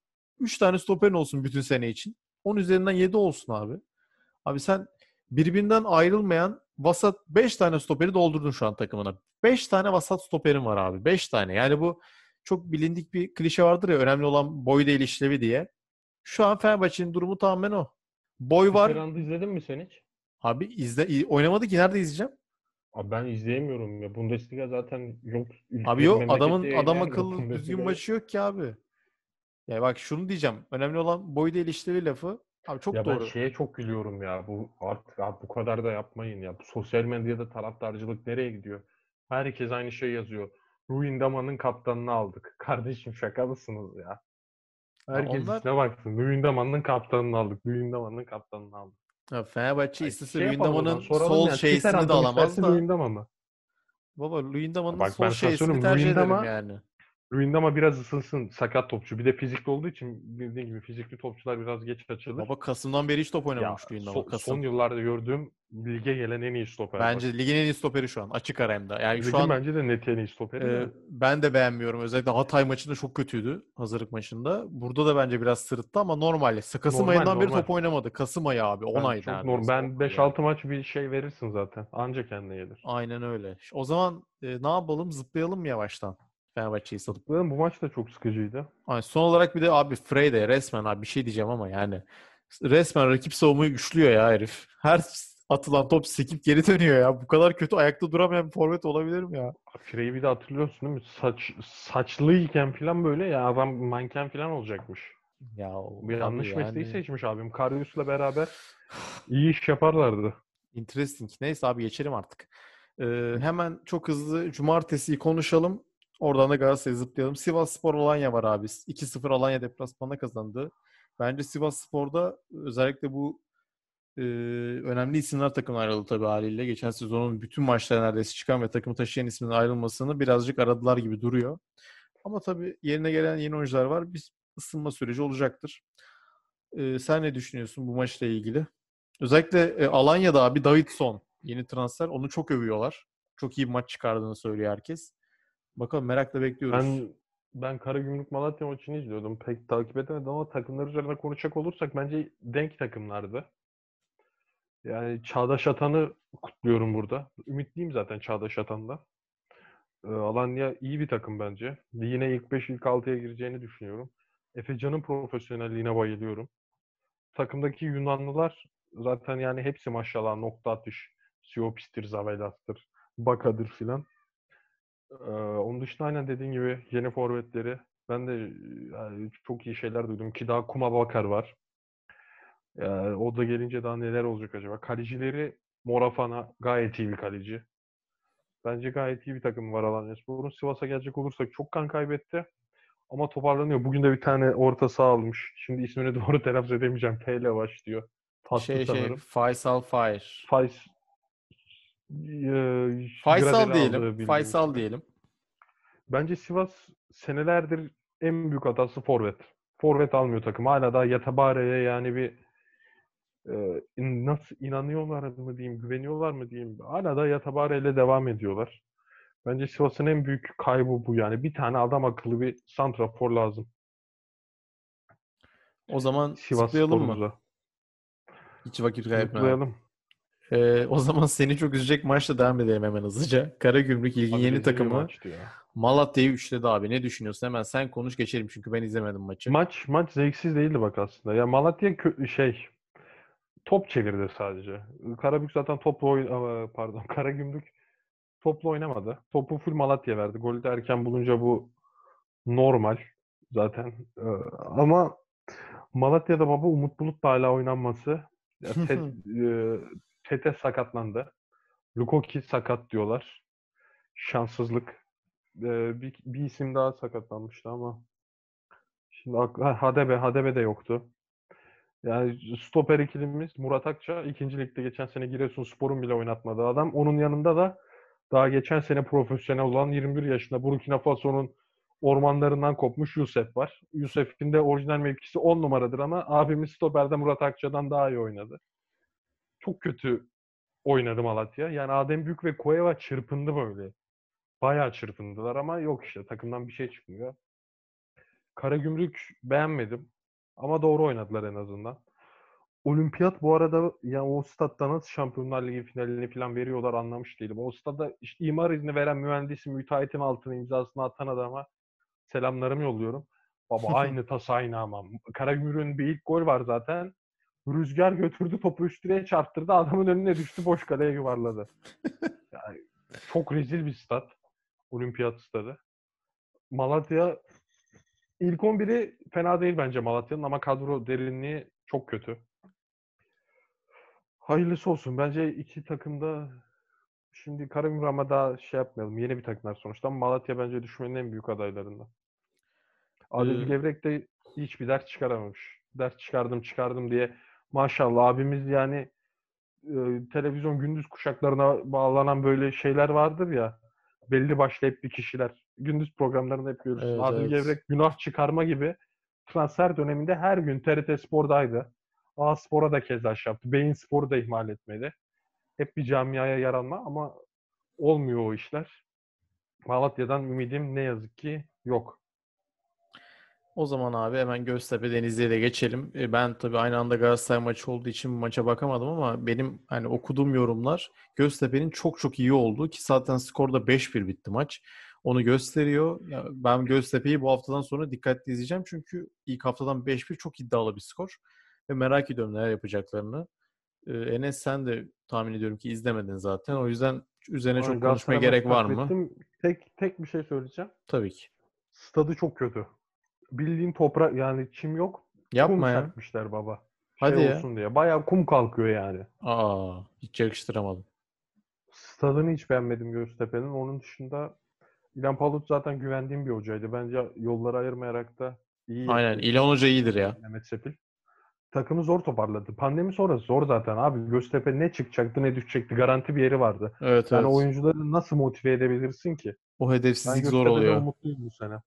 üç tane stoperin olsun bütün sene için. on üzerinden yedi olsun abi. Abi sen birbirinden ayrılmayan vasat beş tane stoperi doldurdun şu an takımına. beş tane vasat stoperin var abi. beş tane. Yani bu çok bilindik bir klişe vardır ya önemli olan boy değil işlevi diye. Şu an Fenerbahçe'nin durumu tamamen o. Boy var. Tisserand'ı izledin mi sen hiç? Abi izle oynamadı ki nerede izleyeceğim? Abi ben izleyemiyorum ya. Bundesliga zaten yok. Abi Ülke, yok memlekette adamın adam yayınlayan yok akıllı düzgün Bundesliga yok. maçı yok ki abi. Ya bak şunu diyeceğim. Önemli olan boy değil işlevi lafı. Abi çok Ya ben doğru. şeye çok gülüyorum ya. Bu artık abi bu kadar da yapmayın ya. Bu sosyal medyada taraftarcılık nereye gidiyor? Herkes aynı şey yazıyor. Luyendama'nın kaptanını aldık. Kardeşim şaka mısınız ya? Ya Herkes onlar işine baksın. Luyendama'nın kaptanını aldık. Luyendama'nın kaptanını aldık. ya Fenerbahçe Ay, istese şey yapalım o zaman Luyendama'nın soralım sol ya. şeysini de Tisserand mı alamaz istersin da. Luyendama mı? Baba Luyendama'nın Bak sol ben sana şeysini söyleyeyim. tercih ederim Luyendama yani. Luyendama biraz ısınsın. Sakat topçu. Bir de fizikli olduğu için bildiğin gibi fizikli topçular biraz geç açılır. Baba Kasım'dan beri hiç top Ya oynamamış Luyendama. so- son Kasım. yıllarda gördüğüm lige gelen en iyi stoper bak. Bence ligin en iyi stoperi şu an. Açık ara hem de. Yani şu Ligin an bence de net en iyi stoperi e, de. ben de beğenmiyorum. Özellikle Hatay maçında çok kötüydü. Hazırlık maçında. Burada da bence biraz sırıttı ama normal. Kasım Normal ayından beri normal. top oynamadı. Kasım ayı abi. on Ben ay çok normal. neredeyse. on Ben ay beş yani. altı maç bir şey verirsin zaten. Anca kendine gelir. Aynen öyle. O zaman e, ne yapalım? Zıplayalım mı yavaştan? Fenerbahçe'yi satıp. Zıplayan bu maç da çok sıkıcıydı. Ay, son olarak bir de abi Frey resmen abi bir şey diyeceğim ama yani resmen rakip savunmayı güçlüyor ya herif. Her atılan top sekip geri dönüyor ya. Bu kadar kötü ayakta duramayan bir forvet olabilir mi ya? Fireyi bir de hatırlıyorsun değil mi? Saç, saçlıyken falan böyle ya adam manken falan olacakmış. Ya o- Bir abi yanlış mesleği yani seçmiş abim. Karius'la beraber iyi iş yaparlardı. interesting. Neyse abi geçelim artık. Ee, hemen çok hızlı cumartesiyi konuşalım. Oradan da Galatasaray'ı zıplayalım. Sivasspor Alanya var abi. iki sıfır Alanya deplasmanda kazandı. Bence Sivasspor'da özellikle bu e, önemli isimler takımdan ayrıldı tabii haliyle. Geçen sezonun bütün maçları neredeyse çıkan ve takımı taşıyan ismin ayrılmasını birazcık aradılar gibi duruyor. Ama tabii yerine gelen yeni oyuncular var. Bir ısınma süreci olacaktır. Ee, sen ne düşünüyorsun bu maçla ilgili? Özellikle e, Alanya'da abi Davidson yeni transfer. Onu çok övüyorlar. Çok iyi bir maç çıkardığını söylüyor herkes. Bakalım merakla bekliyoruz. Ben ben Karagümrük Malatya maçını izliyordum. Pek takip edemedim ama takımlar üzerine konuşacak olursak bence denk takımlardı. Yani Çağdaş Atan'ı kutluyorum burada. Ümitliyim zaten Çağdaş Atan'da. Ee, Alanya iyi bir takım bence. Yine ilk beş, ilk altıya gireceğini düşünüyorum. Efecan'ın profesyonelliğine bayılıyorum. Takımdaki Yunanlılar zaten yani hepsi maşallah nokta atış. Siopis'tir, Zavelas'tır, Baka'dır filan. Ee, onun dışında aynen dediğin gibi yeni forvetleri. Ben de yani çok iyi şeyler duydum ki daha Kuma Bakar var. Yani o da gelince daha neler olacak acaba? Kalecileri Morafana gayet iyi bir kaleci. Bence gayet iyi bir takım var Alanyaspor'un. Sivas'a gelecek olursak çok kan kaybetti. Ama toparlanıyor. Bugün de bir tane orta saha almış. Şimdi ismini doğru telaffuz edemeyeceğim. P ile başlıyor. Paslı Şey şey sanırım. Faysal Fire. Faiz e, Faysal Gradel'i diyelim. aldığı bildiğim Faysal ismi. diyelim. Bence Sivas senelerdir en büyük hatası forvet. Forvet almıyor takım. Hala daha Yatabare'ye yani bir e, nasıl inanıyorlar mı diyeyim, güveniyorlar mı diyeyim. Hala da Yatabare ile devam ediyorlar. Bence Sivas'ın en büyük kaybı bu yani. Bir tane adam akıllı bir santrafor lazım O zaman Sivas zıplayalım mı? sporumuza. Hiç vakit kaybetmeden. Zıplayalım. Ee, o zaman seni çok üzecek maçla devam edelim hemen hızlıca. Karagümrük ligin Abi yeni rezil bir takımı maçtı ya. Malatya'yı üçledi abi. Ne düşünüyorsun? Hemen sen konuş geçelim çünkü ben izlemedim maçı. Maç maç zevksiz değildi bak aslında. Ya Malatya kö- şey top çevirdi sadece. Karabük zaten toplu oy Aa, pardon Karagümrük toplu oynamadı. Topu full Malatya verdi. Golü de erken bulunca bu normal zaten. Ee, ama Malatya'da baba Umut Bulut'la hala oynanması. Ya Ted, e, Tete sakatlandı. Lukoki sakat diyorlar. Şanssızlık. Ee, bir, bir isim daha sakatlanmıştı ama şimdi ak- ha, Hadebe, Hadebe de yoktu. Yani stoper ikilimiz Murat Akça ikinci ligde geçen sene Giresunspor'un bile oynatmadığı adam. Onun yanında da daha geçen sene profesyonel olan yirmi bir yaşında Burkina Faso'nun ormanlarından kopmuş Yusuf var. Yusuf'in de orijinal mevkisi on numaradır ama abimiz stoperde Murat Akça'dan daha iyi oynadı. Çok kötü oynadı Malatya. Yani Adem Büyük ve Cueva çırpındı böyle. Bayağı çırpındılar ama yok işte takımdan bir şey çıkmıyor. Karagümrük beğenmedim. Ama doğru oynadılar en azından. Olimpiyat bu arada ya o statta nasıl Şampiyonlar Ligi finalini falan veriyorlar anlamış değilim. O statta işte imar izni veren mühendisi müteahhitin altına imzasını atan adama selamlarımı yolluyorum. Baba aynı tas aynı ama. Karagümrük'ün bir ilk gol var zaten. Rüzgar götürdü topu üst direğe çarptırdı. Adamın önüne düştü boş kaleye yuvarladı. Yani çok rezil bir stat. Olimpiyat stadı. Malatya ilk on biri fena değil bence Malatya'nın ama kadro derinliği çok kötü. Hayırlısı olsun. Bence iki takımda şimdi Karagümrük ama daha şey yapmayalım. Yeni bir takımlar sonuçta ama Malatya bence düşmenin en büyük adaylarından. Adil Ee, Gevrek de hiçbir ders çıkaramamış. Ders çıkardım çıkardım diye maşallah abimiz yani e, televizyon gündüz kuşaklarına bağlanan böyle şeyler vardır ya. Belli başlı hep bir kişiler. Gündüz programlarında hep görürsün. evet Adil evet. Gevrek günah çıkarma gibi transfer döneminde her gün T R T Spor'daydı. A Spor'a da keza şey yaptı. Beyin Spor'u da ihmal etmedi. Hep bir camiaya yaranma ama olmuyor o işler. Malatya'dan ümidim ne yazık ki yok. O zaman abi hemen Göztepe Denizli'ye de geçelim. E, Ben tabii aynı anda Galatasaray maçı olduğu için bu maça bakamadım ama benim hani okuduğum yorumlar Göztepe'nin çok çok iyi olduğu ki zaten skorda beş bir bitti maç. Onu gösteriyor. Ya ben Göztepe'yi bu haftadan sonra dikkatli izleyeceğim çünkü ilk haftadan beş bir çok iddialı bir skor ve merak ediyorum neler yapacaklarını. Ee, Enes sen de tahmin ediyorum ki izlemedin zaten. O yüzden üzerine Ay, çok konuşmaya Galatasaray maçı gerek var takip mı? ettim. Tek tek bir şey söyleyeceğim. Tabii ki. Stadı çok kötü. Bildiğin toprak yani çim yok. Kum Yapma ya. serpmişler baba. Şey Hadi ya. olsun diye. Bayağı kum kalkıyor yani. Aa, hiç yakıştıramadım. Stadını hiç beğenmedim Göztepe'nin. Onun dışında İlhan Palut zaten güvendiğim bir hocaydı. Bence yolları ayırmayarak da iyi Aynen. ekledi. İlhan Hoca iyidir ya. Mehmet Sepil. Takımı zor toparladı. Pandemi sonrası zor zaten abi. Göztepe ne çıkacaktı ne düşecekti. Garanti bir yeri vardı. Evet Yani evet. oyuncuları nasıl motive edebilirsin ki? O Ben hedefsizlik zor Göztepe'de oluyor. umutluyum bu sene.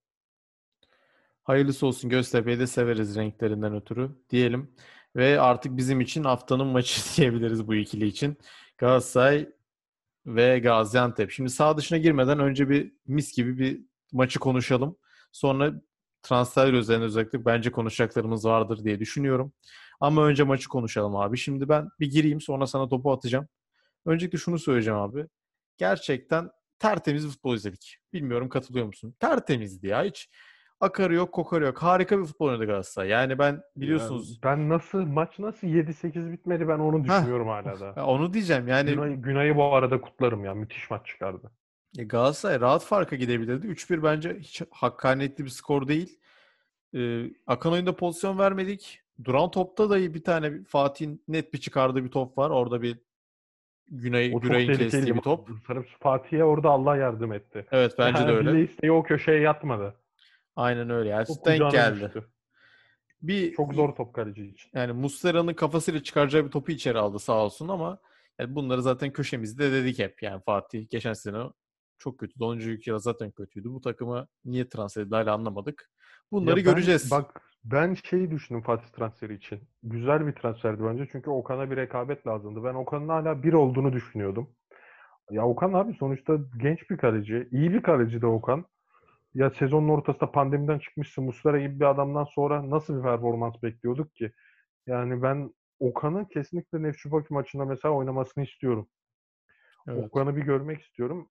Hayırlısı olsun. Göztepe'yi de severiz renklerinden ötürü diyelim. Ve artık bizim için haftanın maçı diyebiliriz bu ikili için. Galatasaray ve Gaziantep. Şimdi sağ dışına girmeden önce bir mis gibi bir maçı konuşalım. Sonra transfer üzerine özellikle bence konuşacaklarımız vardır diye düşünüyorum. Ama önce maçı konuşalım abi. Şimdi ben bir gireyim sonra sana topu atacağım. Öncelikle şunu söyleyeceğim abi. Gerçekten tertemiz bir futbol izledik. Bilmiyorum katılıyor musun? Tertemizdi ya. Hiç akarı yok, kokarı yok. Harika bir futbol oynadı Galatasaray. Yani ben Yani biliyorsunuz... ben nasıl maç nasıl yedi sekiz bitmedi ben onu Heh, düşünüyorum hala da. onu diyeceğim. Yani Günay, Günay'ı bu arada kutlarım ya. Müthiş maç çıkardı. E, Galatasaray rahat farka gidebilirdi. üç bir bence hiç hakkaniyetli bir skor değil. Ee, akan oyunda pozisyon vermedik. Duran topta da bir tane Fatih'in net bir çıkardığı bir top var. Orada bir Güney, O çok Güney'in kestiği tehlikeliydi. bir top. Sarı Fatih'e orada Allah yardım etti. Evet bence de Yani öyle. bile isteye o köşeye yatmadı. Aynen öyle. Yani Top denk kucağına geldi. düştü. Bir Çok zor top kaleci için. yani Muslera'nın kafasıyla çıkaracağı bir topu içeri aldı sağ olsun ama yani bunları zaten köşemizde dedik hep. Yani Fatih geçen sene çok kötü. onuncu yılı zaten kötüydü. Bu takıma niye transfer edildi hala anlamadık. Bunları Ya ben göreceğiz. bak ben şeyi düşündüm Fatih transferi için. Güzel bir transferdi bence çünkü Okan'a bir rekabet lazımdı. Ben Okan'ın hala bir olduğunu düşünüyordum. Ya Okan abi sonuçta genç bir kaleci. İyi bir kaleci de Okan. Ya sezonun ortasında pandemiden çıkmışsın. Muslera gibi bir adamdan sonra nasıl bir performans bekliyorduk ki? Yani ben Okan'ı kesinlikle Nefçibaki maçında mesela oynamasını istiyorum. Evet. Okan'ı bir görmek istiyorum.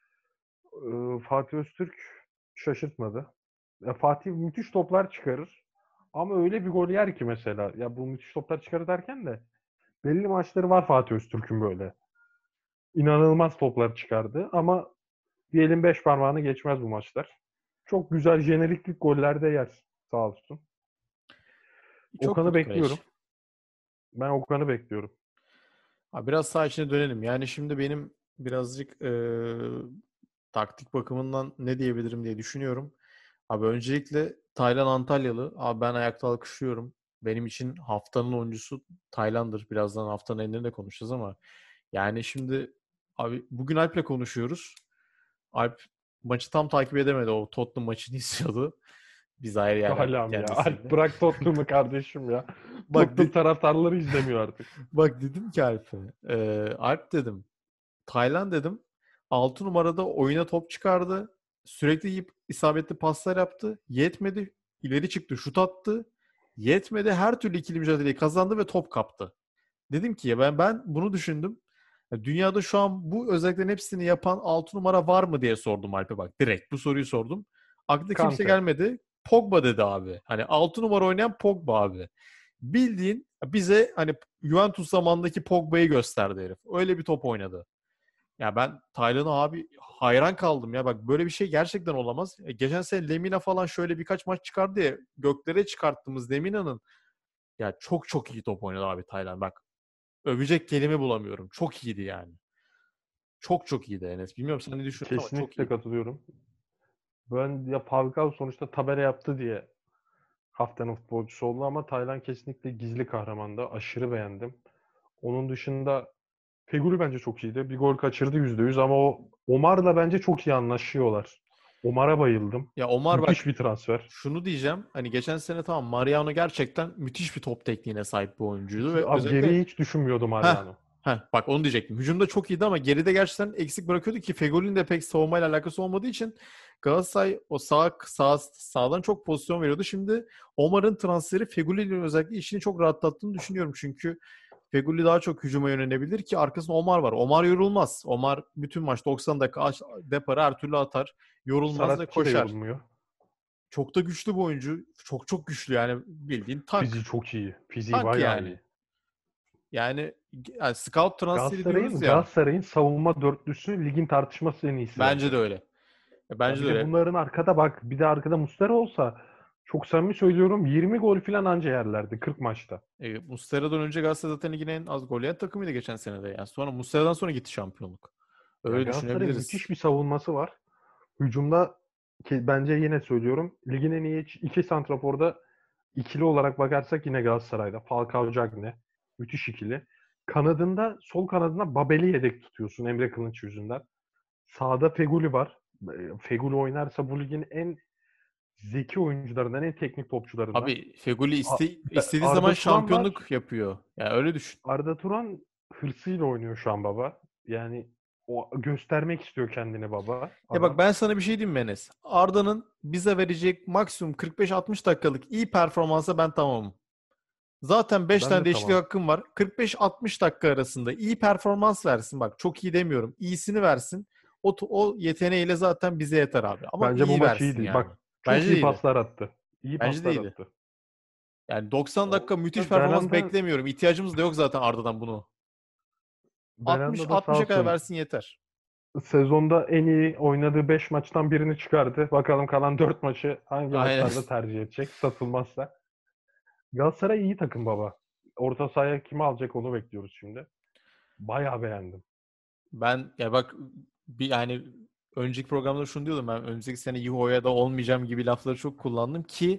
Ee, Fatih Öztürk şaşırtmadı. Ya Fatih müthiş toplar çıkarır. Ama öyle bir gol yer ki mesela. Ya bu müthiş toplar çıkarır derken de belli maçları var Fatih Öztürk'ün böyle. İnanılmaz toplar çıkardı ama bir elin beş parmağını geçmez bu maçlar. Çok güzel jeneriklik gollerde yer sağ olsun. Çok Okan'ı kötü kaleci. bekliyorum. Ben Okan'ı bekliyorum. Ha, biraz sağ içine dönelim. Yani şimdi benim birazcık eee, taktik bakımından ne diyebilirim diye düşünüyorum. Abi öncelikle Taylan Antalyalı. Abi ben ayakta alkışlıyorum. Benim için haftanın oyuncusu Taylan'dır. Birazdan haftanın enlerini de konuşacağız ama yani şimdi abi bugün Alp'le konuşuyoruz. Alp maçı tam takip edemedi. O Tottenham maçını izliyordu. Biz ayrı yerlerdik Halam ya. Alp kendisiyle. bırak Tottenham'ı kardeşim ya. Bak Tottenham de- taraftarları izlemiyor artık. bak dedim ki Alp'e. eee, Alp dedim. Tayland dedim. altı numarada oyuna top çıkardı. Sürekli yiyip isabetli paslar yaptı. Yetmedi. İleri çıktı. Şut attı. Yetmedi. Her türlü ikili mücadeleyi kazandı ve top kaptı. Dedim ki ya ben ben bunu düşündüm. Ya dünyada şu an bu özelliklerin hepsini yapan altı numara var mı diye sordum Alp'e bak. Direkt bu soruyu sordum. Aklına kimse Kante. gelmedi. Pogba dedi abi. Hani altı numara oynayan Pogba abi. Bildiğin bize hani Juventus zamanındaki Pogba'yı gösterdi herif. Öyle bir top oynadı. Ya ben Taylan'a abi hayran kaldım ya. Bak böyle bir şey gerçekten olamaz. E, geçen sene Lemina falan şöyle birkaç maç çıkardı ya. Göklere çıkarttığımız Lemina'nın ya çok çok iyi top oynadı abi Taylan. Bak övecek kelime bulamıyorum. Çok iyiydi yani. Çok çok iyiydi Enes. Bilmiyorum sen ne düşünüyorsun ama çok Kesinlikle iyiydi. katılıyorum. Ben ya Pavgal sonuçta tabela yaptı diye haftanın futbolcusu oldu ama Taylan kesinlikle gizli kahramanda. Aşırı beğendim. Onun dışında Feguli bence çok iyiydi. Bir gol kaçırdı yüzde yüz ama o Omar'la bence çok iyi anlaşıyorlar. Omar'a bayıldım. Ya Omar Müthiş bak bir transfer. şunu diyeceğim. Hani geçen sene tamam Mariano gerçekten müthiş bir top tekniğine sahip bir oyuncuydu ve Abi özellikle geriyi hiç düşünmüyordum heh, Mariano. heh, bak onu diyecektim. Hücumda çok iyiydi ama geride gerçekten eksik bırakıyordu ki Fegoli'nin de pek savunmayla alakası olmadığı için Galatasaray o sağ, sağ sağdan çok pozisyon veriyordu. Şimdi Omar'ın transferi Fegoli'nin özellikle işini çok rahatlattığını düşünüyorum. Çünkü Fegoli daha çok hücuma yönelebilir ki arkasında Omar var. Omar yorulmaz. Omar bütün maç doksan dakika aç- deparı her türlü atar. Yorulmaz ve Saratçı da koşar. yorulmuyor. Çok da güçlü bir oyuncu. Çok çok güçlü yani bildiğin tank. Fiziği çok iyi. Fiziği Tank bayağı yani. iyi. Yani, yani scout transferi diyoruz Galatasaray'ın ya. Galatasaray'ın savunma dörtlüsü ligin tartışması en iyisi Bence bence. de öyle. Ya Ya bence bir de de öyle. bunların arkada bak, bir de arkada Muslera olsa çok samimi söylüyorum yirmi gol falan anca yerlerdi kırk maçta. E, Muslera'dan önce Galatasaray zaten ligin en az gol yiyen takımıydı geçen sene de. Yani sonra Muslera'dan sonra gitti şampiyonluk. Ya Öyle Galatasaray'ın düşünebiliriz. müthiş bir savunması var. Hücumda ki bence yine söylüyorum ligin en iyi iki santraforda ikili olarak bakarsak yine Galatasaray'da. Falcao Cagne. Müthiş ikili. Kanadında, sol kanadında Babel'i yedek tutuyorsun Emre Kılınç yüzünden. Sağda Feguli var. E, Feguli oynarsa bu ligin en zeki oyuncularından, en teknik topçularından. Abi Feguli A- iste, istediği zaman Arda Turan var. şampiyonluk yapıyor. Yani öyle düşün. Arda Turan hırsıyla oynuyor şu an baba. Yani o göstermek istiyor kendini baba. Ya bak Adam. ben sana bir şey diyeyim mi Enes? Arda'nın bize verecek maksimum kırk beş altmış dakikalık iyi performansa ben tamamım. Zaten beş Ben tane de değişiklik tamam. hakkım var. kırk beş altmış dakika arasında iyi performans versin. Bak çok iyi demiyorum. İyisini versin. O, o yeteneğiyle zaten bize yeter abi. Ama Bence bu iyi maç versin iyiydi. yani. Bak çok Bence de iyi iyiydi. paslar attı. İyi Bence de paslar iyiydi. attı. Yani doksan dakika müthiş Orada performans Belhanda, beklemiyorum. İhtiyacımız da yok zaten Arda'dan bunu. altmış Belhanda da sağ altmışa kadar olsun. versin yeter. Sezonda en iyi oynadığı beş maçtan birini çıkardı. Bakalım kalan dört maçı hangi Aynen. maçlarda tercih edecek satılmazsa. Galatasaray iyi takım baba. Orta sahaya kimi alacak onu bekliyoruz şimdi. Bayağı beğendim. Ben ya bak bir yani önceki programda şunu diyordum ben önümüzdeki sene Yuho'ya da olmayacağım gibi lafları çok kullandım ki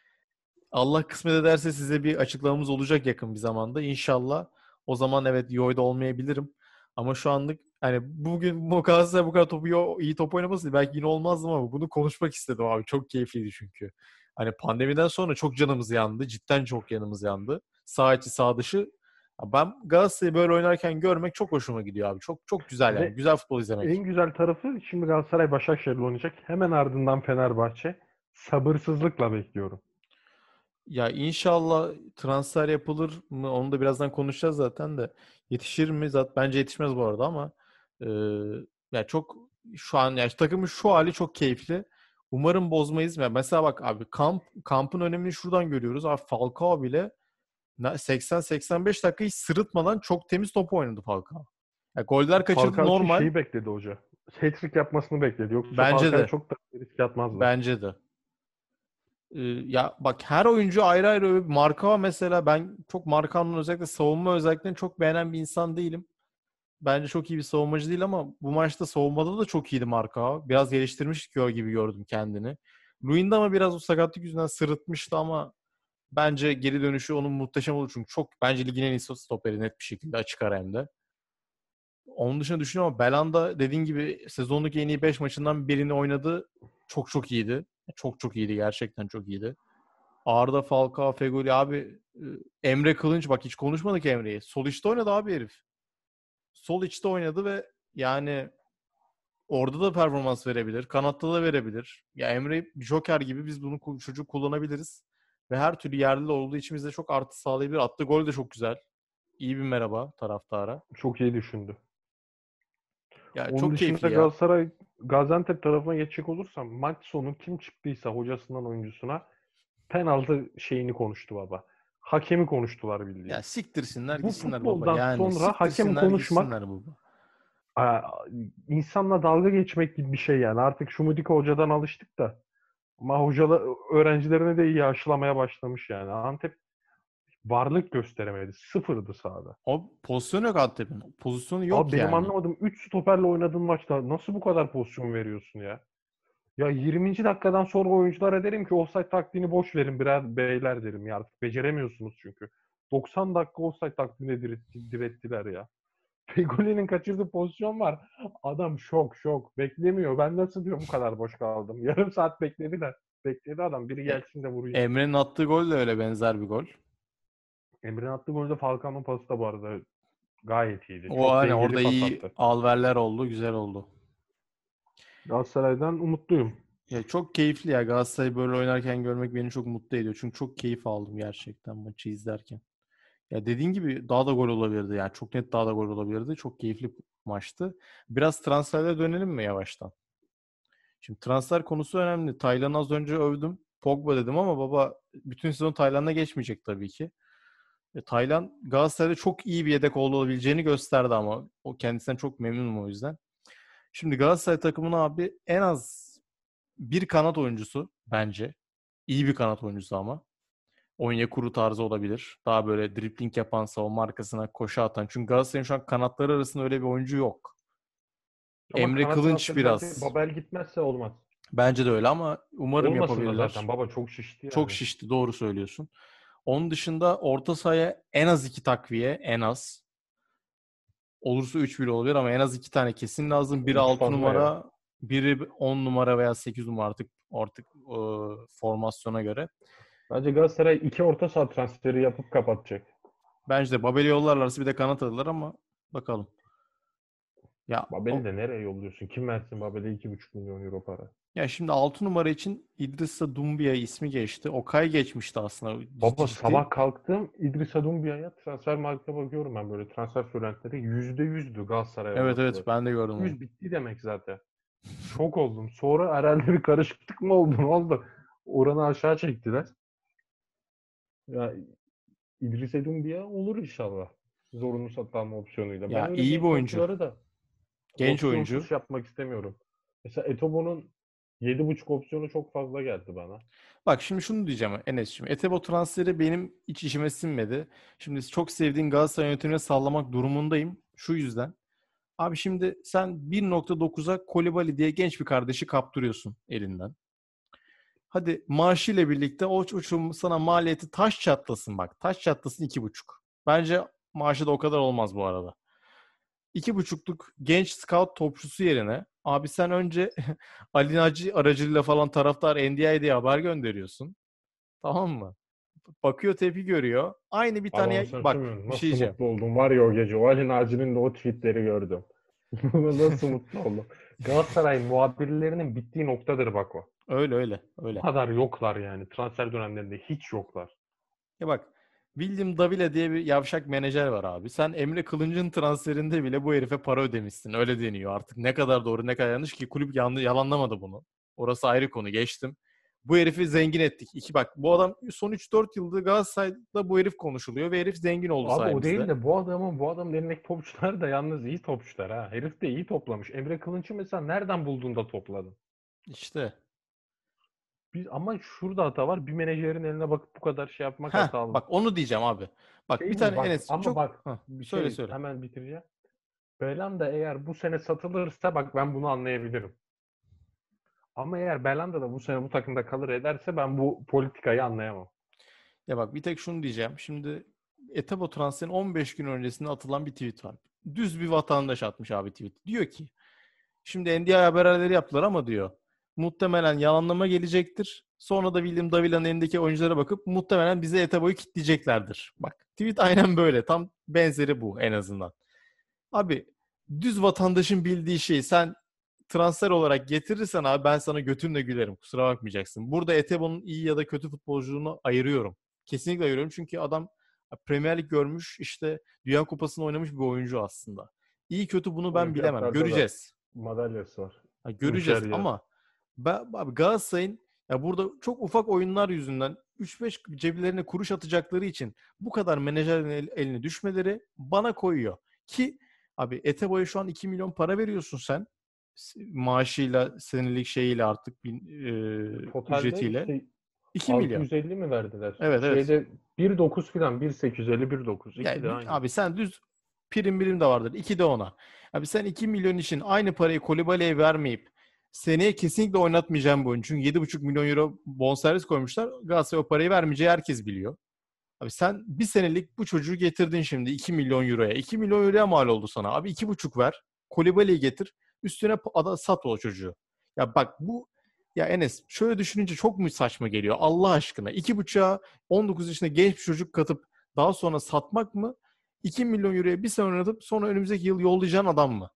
Allah kısmet ederse size bir açıklamamız olacak yakın bir zamanda. İnşallah o zaman evet Yuho'da olmayabilirim. Ama şu anlık hani bugün bu Galatasaray bu kadar topu yo- iyi top oynamasıydı. Belki yine olmazdım ama bunu konuşmak istedim abi. Çok keyifliydi çünkü. Hani pandemiden sonra çok canımız yandı. Cidden çok yanımız yandı. Sağ içi sağ dışı. Ben Galatasaray'ı böyle oynarken görmek çok hoşuma gidiyor abi. Çok çok güzel yani. Ve Güzel futbol izlemek. en güzel tarafı şimdi Galatasaray Başakşehir'le oynayacak. Hemen ardından Fenerbahçe. Sabırsızlıkla bekliyorum. Ya inşallah transfer yapılır mı? Onu da birazdan konuşacağız zaten de. Yetişir mi? Zaten bence yetişmez bu arada ama e, ya çok şu an yani takımın şu hali çok keyifli. Umarım bozmayız. Ya mesela bak abi kamp kampın önemini şuradan görüyoruz. Abi Falcao bile seksen seksen beş dakika hiç sırıtmadan çok temiz top oynadı Falcao. Ya goller kaçırdı Falcao için normal. şeyi bekledi hoca. Hat-trick yapmasını bekledi. Yoksa Bence Falcao de. çok da risk atmazdı. Bence de. Ee, ya bak her oyuncu ayrı ayrı Marka mesela ben çok Markan'ın özellikle savunma özelliklerini çok beğenen bir insan değilim. Bence çok iyi bir savunmacı değil ama bu maçta savunmada da çok iyiydi Marka. Biraz geliştirmiş gibi gördüm kendini. Luyendama biraz o sakatlık yüzünden sırıtmıştı ama bence geri dönüşü onun muhteşem olur çünkü çok bence ligin en iyi stoperi net bir şekilde açık ara hem de. Onun dışında düşünüyorum ama Belhanda dediğin gibi sezonluk en iyi beş maçından birini oynadı. Çok çok iyiydi. Çok çok iyiydi. Gerçekten çok iyiydi. Arda, Falcao, Feguli abi e, Emre Kılınç bak hiç konuşmadık Emre'yi. Sol içte oynadı abi herif. Sol içte oynadı ve yani orada da performans verebilir. Kanatta da verebilir. Ya Emre bir joker gibi biz bunu çocuk kullanabiliriz. Ve her türlü yerli olduğu için bize çok artı sağlayabilir. Attığı gol de çok güzel. İyi bir merhaba taraftara. Çok iyi düşündü. Ya Onun çok dışında keyifli ya. Galatasaray Gaziantep tarafına geçecek olursam maç sonu kim çıktıysa hocasından oyuncusuna penaltı şeyini konuştu baba. Hakemi konuştular Ya bildiğin. siktirsinler Bu gitsinler baba. futboldan Yani sonra hakem siktirsinler konuşmak gitsinler baba. aa, insanla dalga geçmek gibi bir şey yani. Artık Şumudika hocadan alıştık da. Ama hocalar öğrencilerine de iyi aşılamaya başlamış yani. Antep varlık gösteremedi. Sıfırdı sahada. O pozisyon yok Antep'in. Pozisyonu Abi yok benim yani. anlamadığım üç stoperle oynadığın maçta nasıl bu kadar pozisyon veriyorsun ya? Ya yirminci dakikadan sonra oyunculara derim ki offside taktiğini boş verin birer beyler derim ya artık beceremiyorsunuz çünkü. doksan dakika offside taktiğini diretti, direttiler ya. Fegoli'nin kaçırdığı pozisyon var. Adam şok şok. Beklemiyor. Ben nasıl diyor bu kadar boş kaldım. Yarım saat beklediler. Bekledi adam. Biri E, gelsin de vurayım. Emre'nin attığı gol de öyle benzer bir gol. Emre'nin attığı golde Falcao'nun pası da bu arada gayet iyiydi. O Çok hani dengeli orada pas iyi attı. alverler oldu. Güzel oldu. Galatasaray'dan umutluyum. Ya çok keyifli ya. Galatasaray'ı böyle oynarken görmek beni çok mutlu ediyor. Çünkü çok keyif aldım gerçekten maçı izlerken. Ya dediğin gibi daha da gol olabilirdi. Yani çok net daha da gol olabilirdi. Çok keyifli maçtı. Biraz transferlere dönelim mi yavaştan? Şimdi transfer konusu önemli. Taylan'ı az önce övdüm. Pogba dedim ama baba bütün sezon Taylan'la geçmeyecek tabii ki. E, Taylan Galatasaray'da çok iyi bir yedek olabileceğini gösterdi ama o kendisinden çok memnunum o yüzden. Şimdi Galatasaray takımına abi en az bir kanat oyuncusu bence. İyi bir kanat oyuncusu ama. Onyekuru tarzı olabilir. Daha böyle dribling yapan, savunma arkasına koşu atan. Çünkü Galatasaray'ın şu an kanatları arasında öyle bir oyuncu yok. Ama Emre kanat Kılınç transferi bence biraz. Babel gitmezse olmaz. Bence de öyle ama umarım Olmasın da yapabilirler. zaten. Baba çok şişti Çok yani. şişti, doğru söylüyorsun. Onun dışında orta sahaya en az iki takviye, en az. Olursa üç bir olabilir ama en az iki tane kesin lazım. Biri Üç altı fazla ya. numara, biri on numara veya sekiz numara artık artık e, formasyona göre. Bence Galatasaray iki orta saha transferi yapıp kapatacak. Bence de Babel'i yollarlarsa bir de kanat alırlar ama bakalım. Ya Babel'i o, de nereye yolluyorsun? Kim versin Babel'e iki buçuk milyon euro para? ya şimdi altı numara için İdrissa Doumbia ismi geçti. Okay geçmişti aslında ciddi Baba ciddi. sabah kalktım İdrissa Doumbiya'ya transfer markete bakıyorum ben böyle transfer söylentileri. Yüzde yüzdü Galatasaray'a Evet evet olasılığı. ben de gördüm onu. Yüz bitti demek zaten. Şok oldum. Sonra herhalde bir karışıklık mı oldu? Ne oldu? Oranı aşağı çektiler. Ya İdrissa Doumbia olur inşallah. Zorunlu satın alma opsiyonuyla. Ben Ya öyle iyi bir genç oyuncu. topçuları da Genç oyuncu. opsiyonsuz yapmak istemiyorum. Mesela Etobo'nun yedi buçuk opsiyonu çok fazla geldi bana. Bak şimdi şunu diyeceğim Enes'ciğim. Etebo transferi benim hiç işime sinmedi. Şimdi çok sevdiğin Galatasaray yönetimine sallamak durumundayım. Şu yüzden. Abi şimdi sen bir nokta dokuza Kolibali diye genç bir kardeşi kaptırıyorsun elinden. Hadi maaşıyla birlikte o çocuğun sana maliyeti taş çatlasın bak. Taş çatlasın iki buçuk. Bence maaşı da o kadar olmaz bu arada. İki buçukluk genç scout topçusu yerine abi sen önce Ali Naci aracılığıyla falan taraftar N D I diye haber gönderiyorsun. Tamam mı? Bakıyor tepki görüyor. Aynı bir Allah'ım tane sen bak söylüyorsun. bir şey Nasıl diyeceğim. mutlu oldum var ya o gece. O Ali Naci'nin de o tweetleri gördüm. Nasıl mutlu oldum. Galatasaray muhabirlerinin bittiği noktadır bak o. Öyle öyle Bu öyle. kadar yoklar yani. Transfer dönemlerinde hiç yoklar. Ya bak William Davila diye bir yavşak menajer var abi. Sen Emre Kılınç'ın transferinde bile bu herife para ödemişsin. Öyle deniyor artık. Ne kadar doğru ne kadar yanlış ki kulüp yanlı, yalanlamadı bunu. Orası ayrı konu geçtim. Bu herifi zengin ettik. İki bak bu adam son üç dört yıldır Galatasaray'da bu herif konuşuluyor ve herif zengin oldu Abi o değil sayemizde. de bu adamın bu adamın elindeki topçular da yalnız iyi topçular ha. Herif de iyi toplamış. Emre Kılınç'ı mesela nereden buldun da topladın? İşte. Biz, ama şurada hata var. Bir menajerin eline bakıp bu kadar şey yapmak Ha hatalı. bak onu diyeceğim abi. Bak bir Şey mi tane bak Enes ama çok bak Hah, bir söyle şey söyle. hemen bitireceğim. Belanda eğer bu sene satılırsa bak ben bunu anlayabilirim. Ama eğer Belanda da bu sene bu takımda kalır ederse ben bu politikayı anlayamam. Ya bak bir tek şunu diyeceğim. Şimdi Etebo transferin on beş gün öncesinde atılan bir tweet var. Düz bir vatandaş atmış abi tweet. Diyor ki şimdi N D I haberleri yaptılar ama diyor muhtemelen yalanlama gelecektir. Sonra da William Davila'nın elindeki oyunculara bakıp muhtemelen bize Etebo'yu kitleyeceklerdir. Bak tweet aynen böyle. Tam benzeri bu en azından. Abi düz vatandaşın bildiği şeyi sen transfer olarak getirirsen abi ben sana götümle gülerim. Kusura bakmayacaksın. Burada Etebo'nun iyi ya da kötü futbolculuğunu ayırıyorum. Kesinlikle ayırıyorum çünkü adam Premier Lig görmüş işte Dünya Kupası'nda oynamış bir oyuncu aslında. İyi kötü bunu ben bilemem. Olimpiyatlarda da Göreceğiz. madalyası var. Ha, Uçer göreceğiz yer. ama ben, abi Galatasaray'ın ya burada çok ufak oyunlar yüzünden üç beş ceplerine kuruş atacakları için bu kadar menajerin el, eline düşmeleri bana koyuyor. Ki abi Etebo'ya şu an iki milyon para veriyorsun sen. Maaşıyla, senelik şeyiyle artık bin, e, Totalde ücretiyle. işte iki milyon. altı yüz elli mi verdiler? Evet evet. Şeyde bir nokta dokuz falan bir bin sekiz yüz elli bir nokta dokuz. İki Yani, de bir- aynı. abi sen düz prim birim de vardır. iki de ona. Abi sen iki milyon için aynı parayı Kolibali'ye vermeyip seneye kesinlikle oynatmayacağım bu oyuncu. Çünkü yedi buçuk milyon euro bonservis koymuşlar. Galatasaray o parayı vermeyeceği herkes biliyor. Abi sen bir senelik bu çocuğu getirdin şimdi iki milyon euroya. iki milyon euroya mal oldu sana. Abi iki buçuk ver. Kolibali'yi getir. Üstüne ada sat o çocuğu. Ya bak bu ya Enes şöyle düşününce çok mu saçma geliyor Allah aşkına. iki buçuğa on dokuz yaşında genç bir çocuk katıp daha sonra satmak mı? iki milyon euroya bir sene oynatıp sonra önümüzdeki yıl yollayacağın adam mı?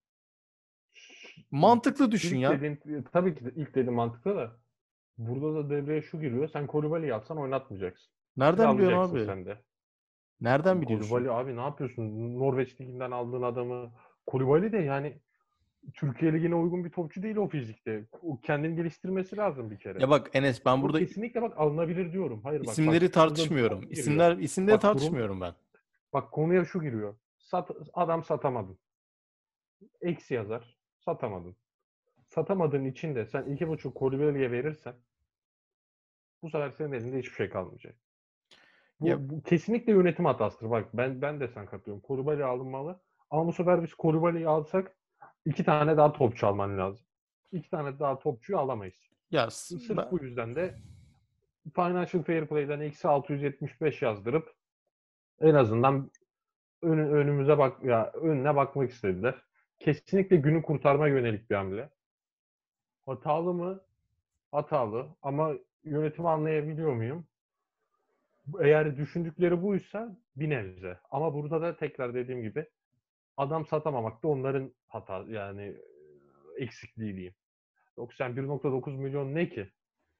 Mantıklı düşün İlk ya. dediğin, tabii ki de ilk dediğin mantıklı da burada da devreye şu giriyor. Sen Kolibali'yi alsan oynatmayacaksın. Nereden biliyorsun Kiralayacaksın abi? sen de. Nereden biliyorsun? Kolibali abi ne yapıyorsun? Norveç Ligi'nden aldığın adamı. Kolibali de yani Türkiye Ligi'ne uygun bir topçu değil o fizikte. O kendini geliştirmesi lazım bir kere. Ya bak Enes ben Bu burada kesinlikle bak alınabilir diyorum. Hayır bak bak isimleri şurada tartışmıyorum. durum giriyor. İsimler isimleri Bak durum tartışmıyorum ben. Bak konuya şu giriyor. Sat, adam satamadın. Eksi yazar. Satamadın. Satamadığın için de sen iki buçuk Koulibaly'ye verirsen bu sefer senin elinde hiçbir şey kalmayacak. Ya, Bu, bu kesinlikle yönetim hatasıdır. Bak ben ben de sen katılıyorum. Koulibaly alınmalı. Ama bu sefer biz Koulibaly'yi alsak iki tane daha topçu alman lazım. İki tane daha topçuyu alamayız. ya s- Sırf ben, bu yüzden de Financial Fair Play'den eksi altı yüz yetmiş beş yazdırıp en azından ön, önümüze bak ya önüne bakmak istediler. Kesinlikle günü kurtarma yönelik bir hamle. Hatalı mı? Hatalı. Ama yönetimi anlayabiliyor muyum? Eğer düşündükleri buysa bir nebze. Ama burada da tekrar dediğim gibi adam satamamak da onların hata yani e, eksikliği diyeyim. Yoksa bir nokta dokuz milyon ne ki?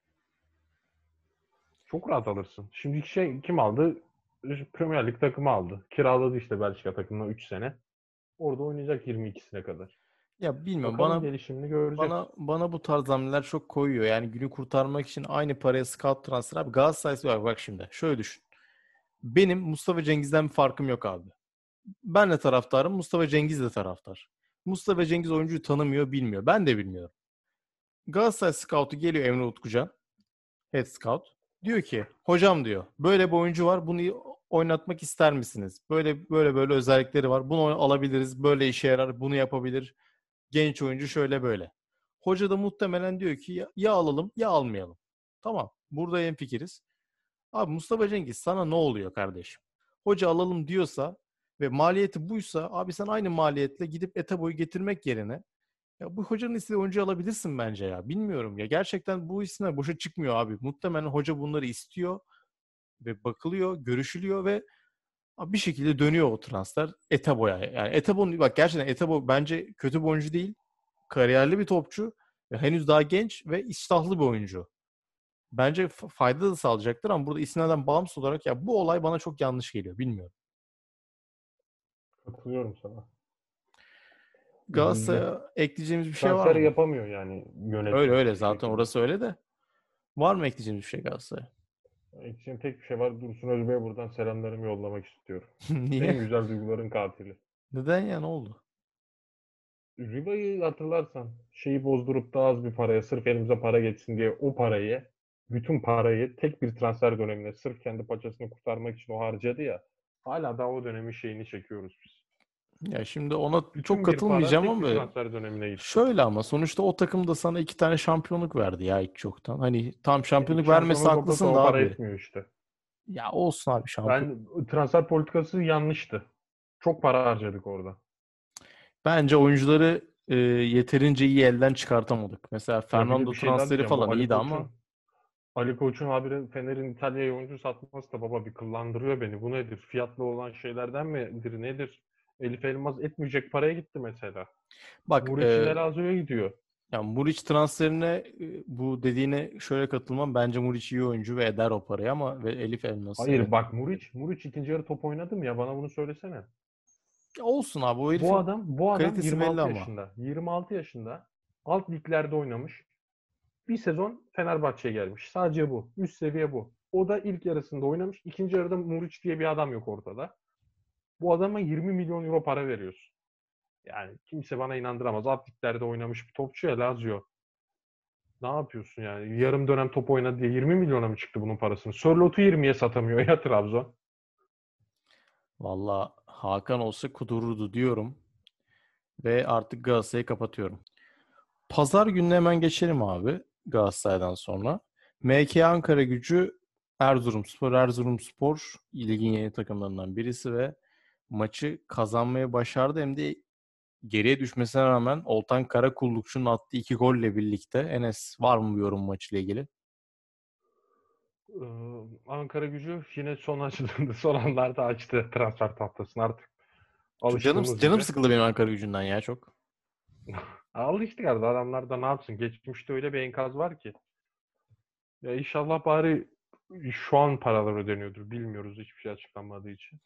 Çok rahat alırsın. Şimdi şey kim aldı? Premier Lig takımı aldı. Kiraladı işte Belçika takımına üç sene. Orada oynayacak yirmi ikisine kadar. ya bilmiyorum, Bakalım bana gelişimini göreceğiz. bana bana bu tarz hamleler çok koyuyor. Yani günü kurtarmak için aynı paraya scout transfer. Abi Galatasaray bak, bak şimdi şöyle düşün. Benim Mustafa Cengiz'den bir farkım yok abi. Ben de taraftarım. Mustafa Cengiz de taraftar. Mustafa Cengiz oyuncuyu tanımıyor, bilmiyor. Ben de bilmiyorum. Galatasaray scoutu geliyor, Emre Utkucan, head scout. Diyor ki, hocam diyor, böyle bir oyuncu var. Bunu oynatmak ister misiniz? Böyle böyle böyle özellikleri var. Bunu alabiliriz. Böyle işe yarar. Bunu yapabilir. Genç oyuncu şöyle böyle. Hoca da muhtemelen diyor ki ya, ya alalım ya almayalım. Tamam. Burada hemfikiriz. Abi Mustafa Cengiz sana ne oluyor kardeşim? Hoca alalım diyorsa ve maliyeti buysa abi sen aynı maliyetle gidip Eteboy'u getirmek yerine ya bu hocanın istediği oyuncuyu alabilirsin bence ya. Bilmiyorum ya. Gerçekten bu isimler boşa çıkmıyor abi. Muhtemelen hoca bunları istiyor ve bakılıyor, görüşülüyor ve abi bir şekilde dönüyor o transfer Eteboy'a. Yani Etebo bak gerçekten Etebo bence kötü bir oyuncu değil. Kariyerli bir topçu ve henüz daha genç ve iştahlı bir oyuncu. Bence f- fayda da sağlayacaktır ama burada isimlerden bağımsız olarak ya bu olay bana çok yanlış geliyor. Bilmiyorum. Katılıyorum sana. Üzüldüm. Galatasaray'a ekleyeceğimiz bir şey var Transfer mı? yapamıyor yani Öyle yönetim öyle hiçbir zaten şekilde. orası öyle de. Var mı ekleyeceğimiz bir şey Galatasaray'a? Eksiğim tek bir şey var. Dursun Özbey'e buradan selamlarımı yollamak istiyorum. Niye? En güzel duyguların katili. Neden ya, ne oldu? Riba'yı hatırlarsan şeyi bozdurup da az bir paraya sırf elimize para geçsin diye o parayı bütün parayı tek bir transfer dönemine sırf kendi paçasını kurtarmak için o harcadı ya. Hala daha o dönemin şeyini çekiyoruz biz. Ya şimdi ona çok Bütün bir para katılmayacağım tek bir ama transfer dönemine gitti. şöyle ama sonuçta o takım da sana iki tane şampiyonluk verdi ya hiç çoktan. Hani tam E, iki şampiyonluk vermesi şampiyonluğu toplasa haklısın da o para abi. etmiyor işte. Ya olsun abi şampiyon. Ben transfer politikası yanlıştı. Çok para harcadık orada. Bence oyuncuları e, yeterince iyi elden çıkartamadık. Mesela Ya bir de Fernando bir şey daha transferi diyeceğim. Bu falan Ali iyiydi ama Koç'un Ali Koç'un haberi Fener'in İtalya'ya oyuncu satması da baba bir kıllandırıyor beni. Bu nedir? Fiyatlı olan şeylerden midir? Nedir? Elif Elmas etmeyecek paraya gitti mesela. bak Muriç'i e, Lazio'ya gidiyor. ya Muriç transferine e, bu dediğine şöyle katılmam. Bence Muriç iyi oyuncu ve eder o parayı ama ve Elif Elmas evet. Hayır bak Muriç, Muriç ikinci yarı top oynadım ya bana bunu söylesene. Ya olsun abi, o Bu herifin adam bu adam kalitesi belli yirmi altı ama. yaşında. yirmi altı yaşında. Alt liglerde oynamış. Bir sezon Fenerbahçe'ye gelmiş. Sadece bu. Üst seviye bu. O da ilk yarısında oynamış. İkinci yarıda Muriç diye bir adam yok ortada. Bu adama yirmi milyon euro para veriyorsun. Yani kimse bana inandıramaz. Alt liglerde oynamış bir topçu ya Lazio. Ne yapıyorsun yani? Yarım dönem top oynadı diye yirmi milyona mı çıktı bunun parasını? Sörlot'u yirmiye satamıyor ya Trabzon. Valla Hakan olsa kudururdu diyorum ve artık Galatasaray'ı kapatıyorum. Pazar gününe hemen geçelim abi Galatasaray'dan sonra. M K Ankara Gücü Erzurumspor. Erzurumspor ligin yeni takımlarından birisi ve maçı kazanmayı başardı. Hem de geriye düşmesine rağmen Oltan Karakullukçu'nun attığı iki golle birlikte. Enes, var mı bir yorum maçla ilgili? Ee, Ankara Gücü yine son açıldığında son anlarda açtı transfer tahtasını artık. Canım Alıştığımız canım gibi. sıkıldı benim Ankara Gücü'nden ya çok. Alıştık artık adamlar da ne yapsın. Geçmişte öyle bir enkaz var ki. Ya inşallah bari şu an paralar ödeniyordur. Bilmiyoruz hiçbir şey açıklanmadığı için.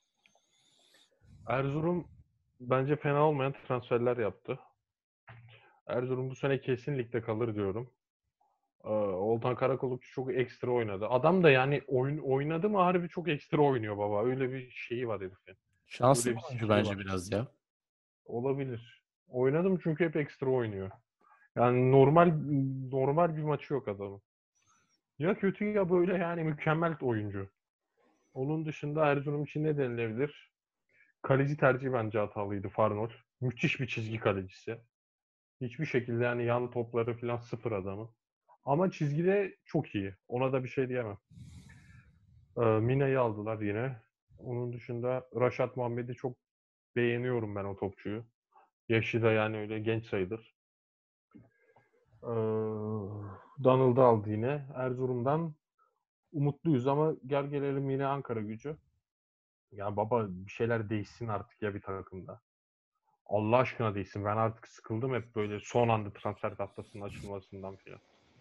Erzurum bence fena olmayan transferler yaptı. Erzurum bu sene kesinlikle kalır diyorum. Ee, Oltan Karakolukçu çok ekstra oynadı. Adam da yani oyun oynadı mı harbi çok ekstra oynuyor baba. Öyle bir şeyi var herifin. Şanslı Öyle bir bir oyuncu şey bence var. biraz ya. Olabilir. Oynadım çünkü hep ekstra oynuyor. Yani normal normal bir maçı yok adamın. Ya kötü ya böyle yani mükemmel oyuncu. Onun dışında Erzurum için ne denilebilir? Kaleci tercihi bence hatalıydı Farnol. Müthiş bir çizgi kalecisi. Hiçbir şekilde yani yan topları falan sıfır adamı. Ama çizgide çok iyi. Ona da bir şey diyemem. Ee, Mina'yı aldılar yine. Onun dışında Raşat Muhammed'i çok beğeniyorum ben o topçuyu. Yaşı da yani öyle genç sayılır. Ee, Donald'ı aldı yine. Erzurum'dan umutluyuz ama gel gelelim yine Ankara Gücü. Ya baba bir şeyler değişsin artık ya bir takımda. Allah aşkına değişsin. Ben artık sıkıldım hep böyle son anda transfer tahtasının açılmasından filan.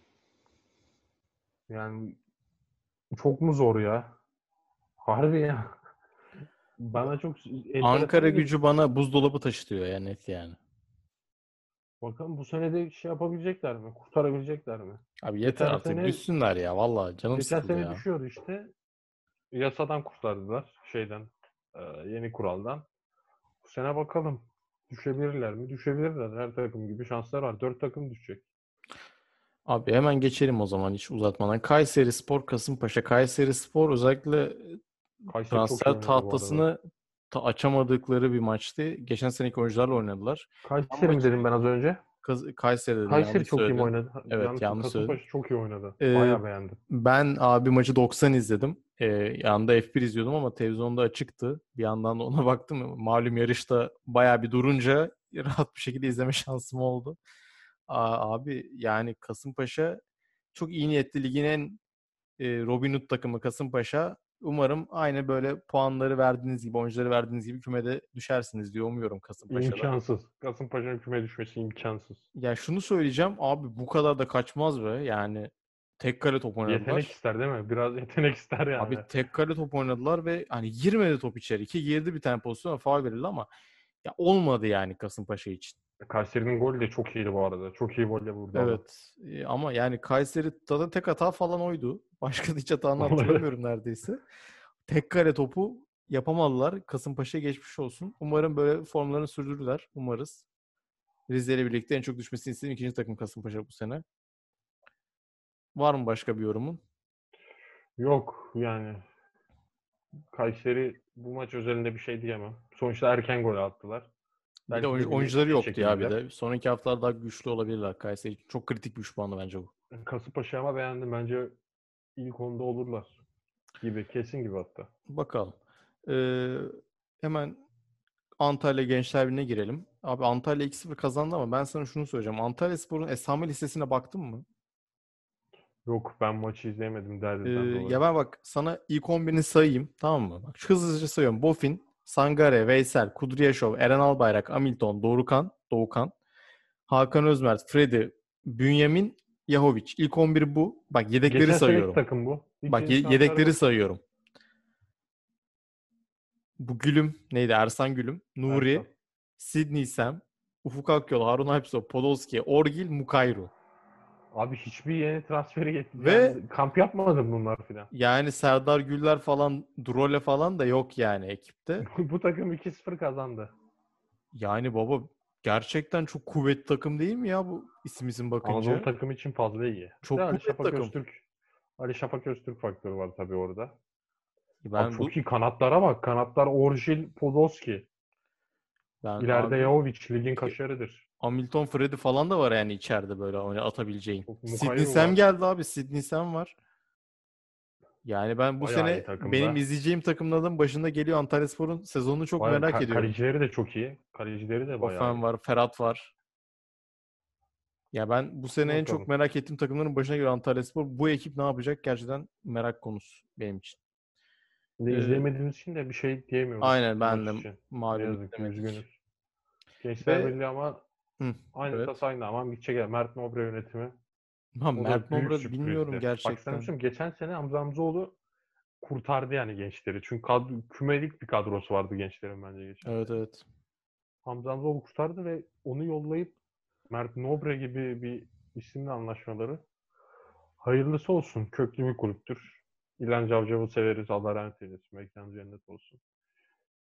Yani çok mu zor ya? Harbi ya. Bana çok Ankara enteresan geliyor. Gücü bana buzdolabı taşıtıyor ya, net yani. Bakalım bu sene de şey yapabilecekler mi? Kurtarabilecekler mi? Abi yeter Geçen artık, sene düşsünler ya, vallahi canım geçen sıkıldı sene ya. düşüyordu işte. Yasadan kurtardılar şeyden, e, yeni kuraldan. Bu sene bakalım. Düşebilirler mi? Düşebilirler. Her takım gibi şanslar var. Dört takım düşecek. Abi hemen geçelim o zaman hiç uzatmadan. Kayserispor, Kasımpaşa. Kayserispor özellikle Kayseri çok iyi transfer oynadı bu arada. tahtasını ta- açamadıkları bir maçtı. Geçen seneki oyuncularla oynadılar. Ben Kayseri mi maçı dedim ben az önce? Kaz- Kayseri dedin, Kayseri yanlış çok iyi mi söyledin. oynadı? Ha, Evet, yanlış mı? yanlış söyledin. Kasımpaşa çok iyi oynadı. Ee, Bayağı beğendim. ben abi maçı doksan izledim. Ee, yanında F bir izliyordum ama televizyonda açıktı. Bir yandan da ona baktım. Malum yarışta bayağı bir durunca rahat bir şekilde izleme şansım oldu. Aa, abi yani Kasımpaşa çok iyi niyetli, ligin en e, Robin Hood takımı Kasımpaşa. Umarım aynı böyle puanları verdiğiniz gibi, oyuncuları verdiğiniz gibi kümede düşersiniz diye umuyorum Kasımpaşa'da. İmkansız. Kasımpaşa'nın küme düşmesi imkansız. Ya şunu söyleyeceğim abi, bu kadar da kaçmaz be. Yani tek kale top Yetenek oynadılar. ister değil mi? Biraz yetenek ister yani. Abi tek kale top oynadılar ve hani girmedi top içeri. Ki girdi bir tane pozisyona, faul verildi ama ya olmadı yani Kasımpaşa için. Kayseri'nin golü de çok iyiydi bu arada. Çok iyi golle vurdu adam. Evet. E, ama yani Kayseri zaten tek hata falan oydu. Başka da hiç hatanı Vallahi. hatırlamıyorum neredeyse. Tek kare topu yapamadılar. Kasımpaşa'ya geçmiş olsun. Umarım böyle formlarını sürdürürler. Umarız. Rize ile birlikte en çok düşmesini istediğim ikinci takım Kasımpaşa bu sene. Var mı başka bir yorumun? Yok yani Kayseri bu maç özelinde bir şey diyemem. Sonuçta erken gol attılar. Bir de Belki oyuncu- de bir oyuncuları şey yoktu ya bir çekildiler. de. Sonraki haftalar daha güçlü olabilirler Kayseri için. Çok kritik bir üç puanı bence bu. Kasımpaşa ama beğendim. Bence ilk onda olurlar gibi. Kesin gibi hatta. Bakalım. Ee, hemen Antalya Gençler Birliği'ne girelim. Abi Antalya iki sıfır kazandı ama ben sana şunu söyleyeceğim. Antalyaspor'un esame listesine baktın mı? Yok ben maçı izleyemedim Ee, derbiden dolayı. ya ben bak sana ilk on birini sayayım, tamam mı? Bak hızlıca sayıyorum. Bofin, Sangare, Veysel, Kudryashov, Eren Albayrak, Hamilton, Dorukan, Doğukan, Hakan Özmert, Freddy, Bünyamin, Yahovic. İlk on bir bu. Bak yedekleri Geçen seneki sayıyorum. takım bu. Hiç Bak yeni ye- transfer yedekleri yok. sayıyorum. Bu Gülüm neydi? Ersan Gülüm, Ersan. Nuri, Sidney Sam, Ufuk Akyol, Harun Alpso, Podolski, Orgil, Mukayru. Abi hiçbir yeni transferi get- Ve yani kamp yapmadı bunlar filan. yani Serdar Güller falan, Drole falan da yok yani ekipte. Bu takım iki sıfır kazandı. Yani baba gerçekten çok kuvvetli takım değil mi ya bu isim isim Anadolu bakınca? takımı için fazla iyi. Bir de Çok Ali kuvvetli Şafak takım. Öztürk. Ali Şafak Öztürk faktörü var tabii orada. Abi Ben çok bu iyi kanatlara bak. Kanatlar Orjil, Podolski. ben İleride abi Jovic ligin ki kaşarıdır. Hamilton, Freddy falan da var yani içeride böyle hani atabileceğin. Çok Sidney Mukayru Sam var. geldi abi. Sidney Sam var. Yani ben bu Bayağı iyi sene benim takımda. izleyeceğim takımların başında geliyor Antalyaspor'un sezonunu çok Bayağı, merak ka- ediyorum. kalecileri de çok iyi. Kalecileri de bayağı Ofen iyi. var, Ferhat var. Ya ben bu sene en çok Bakalım. merak ettiğim takımların başına geliyor Antalyaspor. Bu ekip ne yapacak gerçekten merak konusu benim için. Bir de Ee, izleyemediğimiz için de bir şey diyemiyoruz aynen ben maç de için. Ne malum yazık ki izlemedik. üzgünüz. Gençler Ve Birliği ama hı, aynı tas evet. aynı ama gidecek. Mert Nobre yönetimi. Ha, O Mert da büyük Nobra bilmiyorum sürprizdi. Bak sana gerçekten. söyleyeyim geçen sene Hamza Hamzoğlu kurtardı yani gençleri. Çünkü kadro, kümelik bir kadrosu vardı gençlerin bence geçen Evet, sene. evet. Hamza Hamzoğlu kurtardı ve onu yollayıp Mert Nobre gibi bir isimle anlaşmaları hayırlısı olsun. Köklü bir kulüptür. İlhan Cavcav'ı severiz. Allah rahmet eylesin. Mekanı cennet olsun.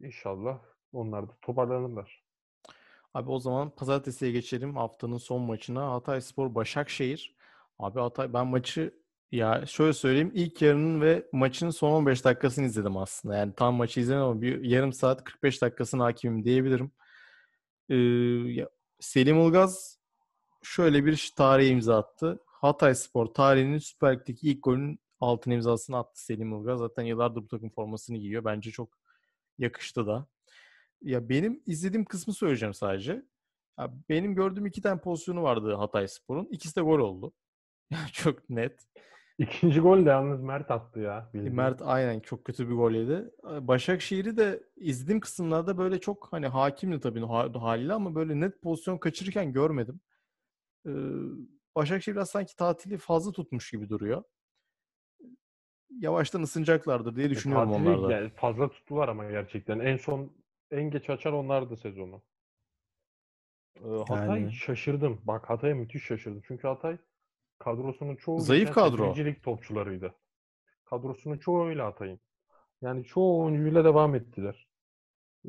İnşallah onlar da toparlanırlar. Abi o zaman pazartesiye geçelim haftanın son maçına. Hatayspor Başakşehir. Abi Hatay ben maçı ya şöyle söyleyeyim ilk yarının ve maçın son on beş dakikasını izledim aslında. Yani tam maçı izlemedim ama bir yarım saat kırk beş dakikasına hakimim diyebilirim. Ee, ya, Selim Ilgaz şöyle bir tarihe imza attı. Hatayspor tarihinin Süper Lig'deki ilk golünün altın imzasını attı Selim Ilgaz. Zaten yıllardır bu takım formasını giyiyor. Bence çok yakıştı da. Ya benim izlediğim kısmı söyleyeceğim sadece. Ya benim gördüğüm iki tane pozisyonu vardı Hatayspor'un. İkisi de gol oldu. Yani çok net. İkinci gol de yalnız Mert attı ya E, bildiğin. Mert aynen çok kötü bir gol yedi. Başakşehir'i de izlediğim kısımlarda böyle çok hani hakimdi tabii ha- haliyle ama böyle net pozisyon kaçırırken görmedim. Ee, Başakşehir biraz sanki tatili fazla tutmuş gibi duruyor. Yavaştan ısınacaklardır diye E, düşünüyorum onlar tatili da. yani fazla tuttular ama gerçekten. En son en geç açan onlardı sezonu. Ee, Hatay Yani şaşırdım. Bak Hatay'a müthiş şaşırdım. Çünkü Hatay kadrosunun çoğu zayıf geçen sene kadro. birinci lig topçularıydı. Kadrosunun çoğu öyle Hatay'ın. Yani çoğu oyuncuyla devam ettiler. Ee,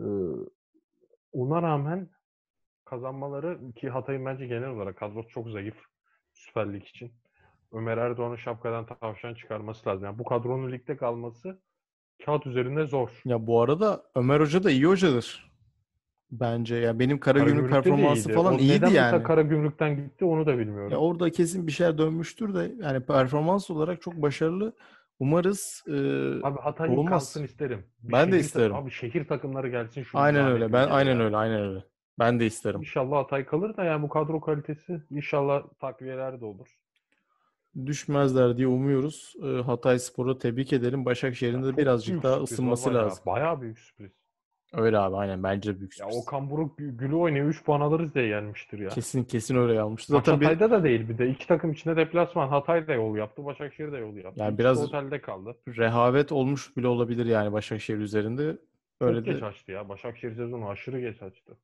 Ona rağmen kazanmaları ki Hatay'ın bence genel olarak kadrosu çok zayıf Süper Lig için. Ömer Erdoğan'ın şapkadan tavşan çıkarması lazım. Yani bu kadronun ligde kalması kağıt üzerinde zor. Ya bu arada Ömer Hoca da iyi hocadır. Bence ya benim Karagümrük Karagümrük'te de performansı iyiydi. falan O iyiydi neden mesela yani. Karagümrük'ten gitti onu da Ya bilmiyorum. orada kesin bir şeyler dönmüştür de yani performans olarak çok başarılı. Umarız e, Abi Hatay kalsın olmaz. isterim. Bir Ben de şehir ta- isterim. abi şehir takımları gelsin şu Aynen lanet öyle. Ben ülkeye aynen ya. öyle. Aynen öyle. Ben de isterim. İnşallah Hatay kalır da yani bu kadro kalitesi inşallah takviyeler de olur. Düşmezler diye umuyoruz. E, Hatayspor'u tebrik edelim. Başakşehir'in Ya de çok birazcık büyük daha sürpriz baba ısınması ya. lazım. Bayağı büyük sürpriz. Öyle abi aynen. Bence de büyük Ya sürpriz. Okan Buruk gü- gülü oynaya üç puan alırız diye gelmiştir ya. Kesin kesin öyle almıştı. Maç Zaten bir, Hatay'da da değil bir de. İki takım içinde deplasman. Hatay da yol yaptı. Başakşehir de yol yaptı. yani İkisi de biraz otelde kaldı. rehavet olmuş bile olabilir yani Başakşehir üzerinde. Çok Öyle geç de açtı ya. Başakşehir sezonu aşırı geç açtı.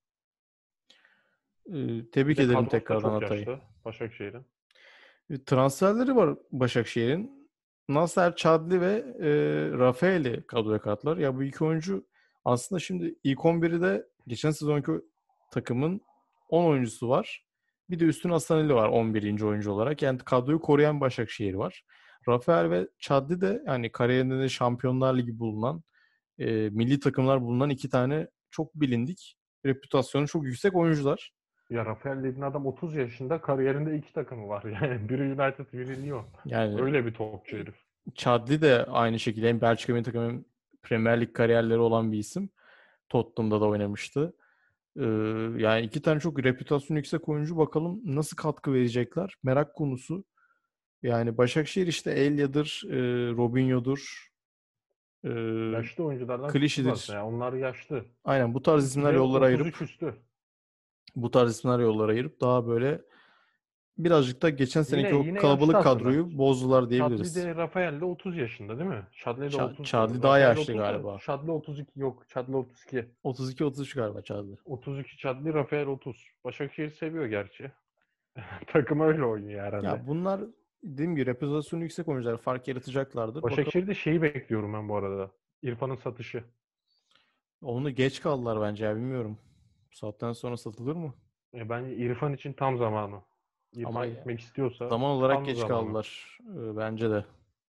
e, Bir tebrik de edelim kadrosu da tekrardan çok Hatay'ı. yaşlı Başakşehir'in. E, Transferleri var Başakşehir'in. Nasser Çadli ve e, Rafael'i kadroya kattılar. Ya bu iki oyuncu aslında şimdi ilk on biri de geçen sezonki takımın on oyuncusu var. Bir de Üstün Aslaneli var on birinci oyuncu olarak. Yani kadroyu koruyan Başakşehir var. Rafael ve Çadli de yani kariyerinde de Şampiyonlar Ligi bulunan, e, milli takımlar bulunan iki tane çok bilindik, reputasyonu çok yüksek oyuncular. Ya Rafael dediğin adam otuz yaşında kariyerinde iki takımı var. Yani biri United, biri Lyon. Yani Öyle bir topçu herif. Chadli de aynı şekilde hem Belçika milli takımı hem Premier Lig kariyerleri olan bir isim. Tottenham'da da oynamıştı. Ee, yani iki tane çok reputasyonu yüksek oyuncu bakalım nasıl katkı verecekler. Merak konusu. Yani Başakşehir işte Elya'dır, e, Robinho'dur, e, Yaşlı oyunculardan tuttu zaten. Clichy'dir. Yani onlar yaşlı. Aynen bu tarz İkisi isimler de yollara otuz ayırıp üç üstü. bu tarz isimler yollara ayırıp daha böyle birazcık da geçen Yine seneki o yine yaşlı kalabalık aslında. kadroyu bozdular Şadli diyebiliriz. de Rafael de otuz yaşında değil mi? Şadli de Ç- otuz. Chadli daha Rafael yaşlı otuz da galiba. Şadli otuz iki yok. Şadli otuz iki. otuz iki otuz üç galiba Chadli. otuz iki Şadli, Rafael otuz. Başakşehir seviyor gerçi. Takım öyle oynuyor herhalde. Ya bunlar dediğim gibi reputasyonu yüksek oyuncular fark yaratacaklardır. Bakalım Başakşehir'de şeyi bekliyorum ben bu arada. İrfan'ın satışı. onu geç kaldılar bence ya bilmiyorum. Bu saatten sonra satılır mı? E bence İrfan için tam zamanı. Ama İrfan ya, gitmek istiyorsa zaman olarak tam geç zamanı. kaldılar. Ee, bence de.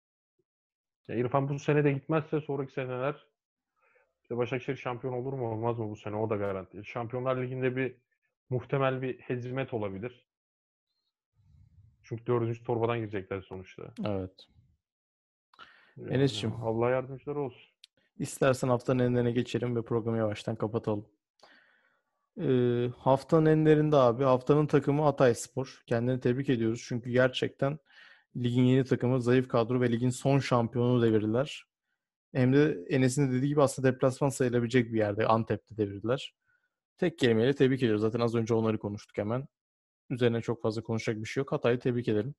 Ya İrfan bu sene de gitmezse sonraki seneler işte Başakşehir şampiyon olur mu olmaz mı bu sene o da garanti. Şampiyonlar Ligi'nde bir muhtemel bir hezimet olabilir. Çünkü dördüncü torbadan girecekler sonuçta. Evet. Yani Enes'cim Allah yardımcıları olsun. istersen haftanın enlerine geçelim ve programı yavaştan kapatalım. Ee, haftanın enlerinde abi haftanın takımı Hatayspor. Kendini tebrik ediyoruz. Çünkü gerçekten ligin yeni takımı zayıf kadro ve ligin son şampiyonu devirdiler. Hem de Enes'in de dediği gibi aslında deplasman sayılabilecek bir yerde Antep'te devirdiler. Tek kelimeyle tebrik ediyoruz. Zaten az önce onları konuştuk hemen. Üzerine çok fazla konuşacak bir şey yok. Hatay'ı tebrik edelim.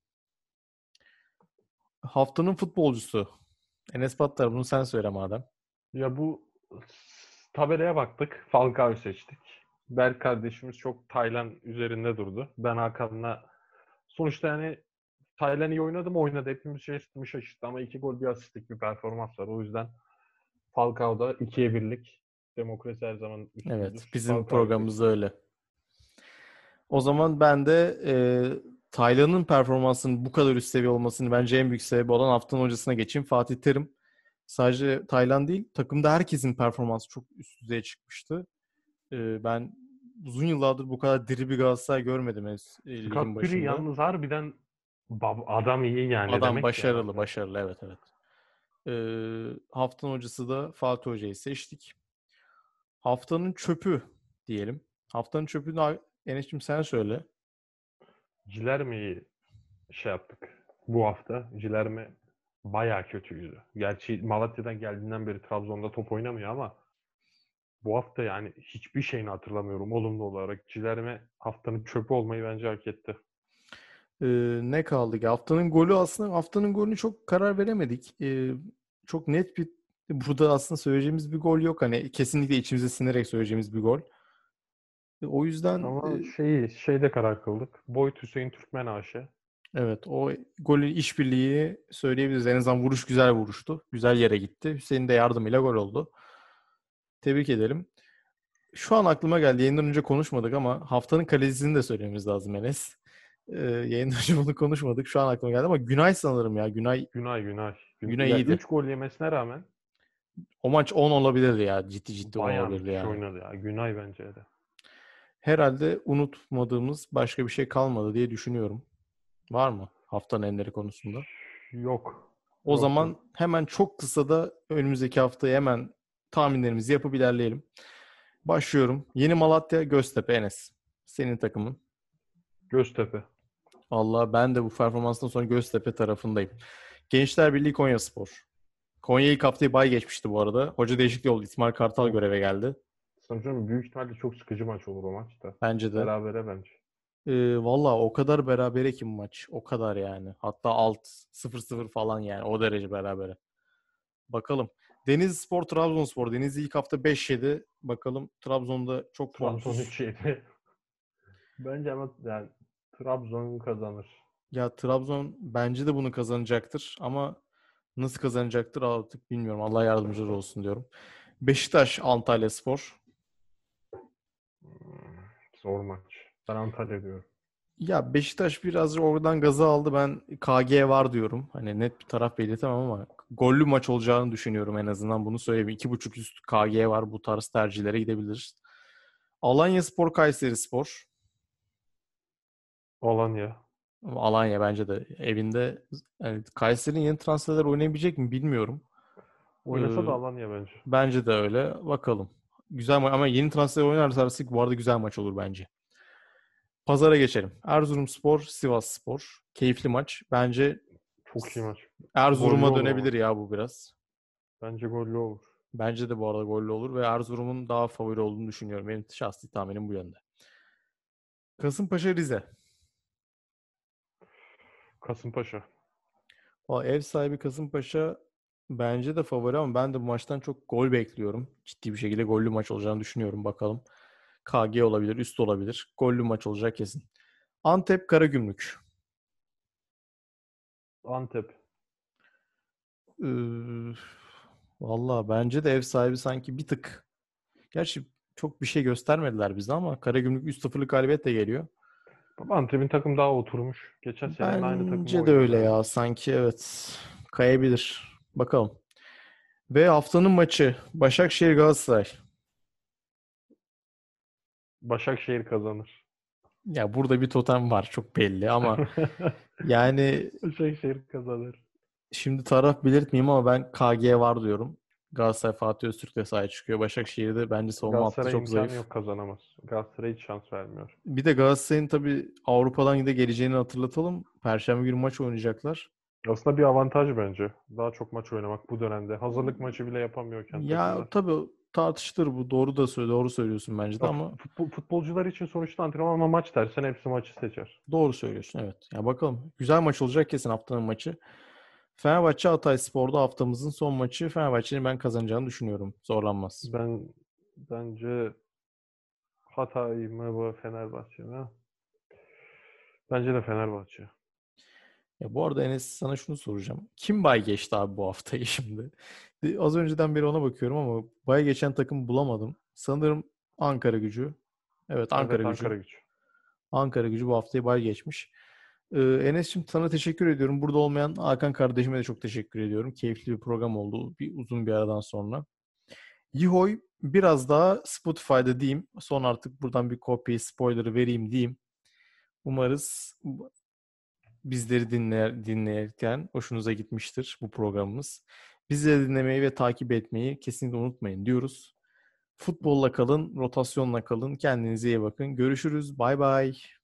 Haftanın futbolcusu. Enes Battar bunu sen söyle madem. Ya bu tabelaya baktık. Falcao'yu seçtik. Berk kardeşimiz çok Taylan üzerinde durdu. Ben Hakan'la sonuçta yani Taylan iyi oynadı mı oynadı. Hepimiz şaşırtmış şaşırttı ama iki gol bir asistlik bir performans var. O yüzden Falcao'da ikiye birlik Demokrasi her zaman üstündür. Evet, bizim Halk programımızda ağırlığı. öyle. O zaman ben de e, Taylan'ın performansının bu kadar üst seviye olmasının bence en büyük sebebi olan haftanın hocasına geçeyim. Fatih Terim. Sadece Taylan değil, takımda herkesin performansı çok üst düzeye çıkmıştı. E, ben uzun yıllardır bu kadar diri bir Galatasaray görmedim en, e, ligin Scott Piri başında. yalnız harbiden bab- adam iyi yani Adam demek ya. başarılı, başarılı. Evet, evet. E, haftanın hocası da Fatih Hoca'yı seçtik. Haftanın çöpü diyelim. Haftanın çöpünü Enes'cim sen söyle. Cilerme'yi şey yaptık bu hafta. Cilerme bayağı kötüydü. Gerçi Malatya'dan geldiğinden beri Trabzon'da top oynamıyor ama bu hafta yani hiçbir şeyini hatırlamıyorum olumlu olarak. Cilerme haftanın çöpü olmayı bence hak etti. Ee, ne kaldı ki? Haftanın golü aslında haftanın golünü çok karar veremedik. Ee, çok net bir burada aslında söyleyeceğimiz bir gol yok. Hani kesinlikle içimize sinerek söyleyeceğimiz bir gol. E, o yüzden Ama e, şeyi şeyde karar kıldık. Boyut Hüseyin Türkmen A Ş. evet o golün işbirliği söyleyebiliriz. En azından vuruş güzel vuruştu. Güzel yere gitti. Hüseyin'in de yardımıyla gol oldu. Tebrik edelim. Şu an aklıma geldi. Yayından önce konuşmadık ama haftanın kalecisini de söylememiz lazım Enes. Ee, yayından önce bunu konuşmadık. Şu an aklıma geldi ama Günay sanırım ya. Günay Günay Günay. Gün, Günay ya iyiydi. üç gol yemesine rağmen O maç on olabilirdi ya. Ciddi ciddi on bayağı olabilirdi müthiş yani. oynadı ya. Günay bence de. Herhalde unutmadığımız başka bir şey kalmadı diye düşünüyorum. Var mı haftanın enleri konusunda? Yok. O Yok zaman yok. hemen çok kısa da önümüzdeki haftaya hemen tahminlerimizi yapıp ilerleyelim. Başlıyorum. Yeni Malatya Göztepe Enes. Senin takımın. Göztepe. Allah ben de bu performanstan sonra Göztepe tarafındayım. Gençler Birliği Konyaspor. Konya ilk haftayı bay geçmişti bu arada. Hoca değişikliği oldu. İsmail Kartal Of. göreve geldi. Sanırım büyük ihtimalle çok sıkıcı maç olur o maçta. Bence de. Berabere bence. Ee, valla o kadar berabere ki bu maç. O kadar yani. Hatta alt sıfır sıfır falan yani. O derece berabere. Bakalım. Denizlispor Trabzonspor. Denizli ilk hafta beş yedi. Bakalım Trabzon'da çok Trabzon formsuz. üç yedi. Bence ama yani Trabzon kazanır. Ya Trabzon bence de bunu kazanacaktır. Ama nasıl kazanacaktır artık bilmiyorum. Allah yardımcıları olsun diyorum. Beşiktaş Antalyaspor. Hmm, zor maç. Ben Antalya diyorum. Ya Beşiktaş biraz oradan gazı aldı. Ben K G var diyorum. Hani net bir taraf belirtemem ama gollü maç olacağını düşünüyorum en azından bunu söyleyeyim. İki buçuk üst K G var. Bu tarz tercihlere gidebiliriz. Alanyaspor Kayserispor. Alanya. Ama Alanya bence de evinde yani Kayseri'nin yeni transferler oynayabilecek mi bilmiyorum. Oynasa Ee, da Alanya bence. bence de öyle. Bakalım. Güzel ma- ama yeni transfer oynarlarsa bu arada güzel maç olur bence. Pazara geçelim. Erzurumspor, Sivasspor. Keyifli maç. Bence Çok iyi maç. Gollü Erzurum'a olur ama. dönebilir ya bu biraz. Bence gollü olur. Bence de bu arada gollü olur ve Erzurum'un daha favori olduğunu düşünüyorum. Benim şahsi tahminim bu yönde. Kasımpaşa Rize. Kasımpaşa. O ev sahibi Kasımpaşa bence de favori ama ben de bu maçtan çok gol bekliyorum. Ciddi bir şekilde gollü maç olacağını düşünüyorum. Bakalım. K G olabilir, üst olabilir. Gollü maç olacak kesin. Antep Karagümrük. Antep. Ee, valla bence de ev sahibi sanki bir tık. Gerçi çok bir şey göstermediler bize ama Karagümrük üç sıfırlık galibiyetle geliyor. Antep'in takım daha oturmuş. Geçen senenin aynı takımla Bence de oynuyor öyle bence. ya. Sanki evet. Kayabilir. Bakalım. Ve haftanın maçı. Başakşehir Galatasaray. Başakşehir kazanır. Ya burada bir totem var. Çok belli ama yani Başakşehir kazanır. şimdi taraf belirtmeyeyim ama ben K G var diyorum. Galatasaray Fatih Öztürk'le sahaya çıkıyor. Başakşehir'de bence savunma hattı Galatasaray çok imkanı zayıf. yok kazanamaz. Galatasaray hiç şans vermiyor. Bir de Galatasaray'ın tabii Avrupa'dan da geleceğini hatırlatalım. Perşembe günü maç oynayacaklar. Aslında bir avantaj bence. Daha çok maç oynamak bu dönemde. Hazırlık maçı bile yapamıyorken Ya takımlar. tabii tartışılır bu. Doğru da söyle, doğru söylüyorsun bence de Ya ama futbol, futbolcular için sonuçta antrenman ama maç dersen hepsi maçı seçer. doğru söylüyorsun evet. Ya bakalım. Güzel maç olacak kesin haftanın maçı. Fenerbahçe Hatayspor'da haftamızın son maçı. Fenerbahçe'nin ben kazanacağını düşünüyorum. Zorlanmaz. Ben bence Hatay mı bu Fenerbahçe mi? Bence de Fenerbahçe. Ya bu arada Enes sana şunu soracağım. Kim bay geçti abi bu haftayı şimdi? Bir- Az önceden beri ona bakıyorum ama bay geçen takım bulamadım. Sanırım Ankara Gücü. Evet, Ankara Evet, Gücü. Ankara Gücü. Ankara Gücü bu haftayı bay geçmiş. Ee, Enes'cim sana teşekkür ediyorum. Burada olmayan Hakan kardeşime de çok teşekkür ediyorum. Keyifli bir program oldu. Bir uzun bir aradan sonra. Yihoy biraz daha Spotify'da diyeyim. Son artık buradan bir kopya spoiler'ı vereyim diyeyim. Umarız bizleri dinler, dinlerken hoşunuza gitmiştir bu programımız. Bizleri dinlemeyi ve takip etmeyi kesinlikle unutmayın diyoruz. Futbolla kalın, rotasyonla kalın. Kendinize iyi bakın. Görüşürüz. Bay bay.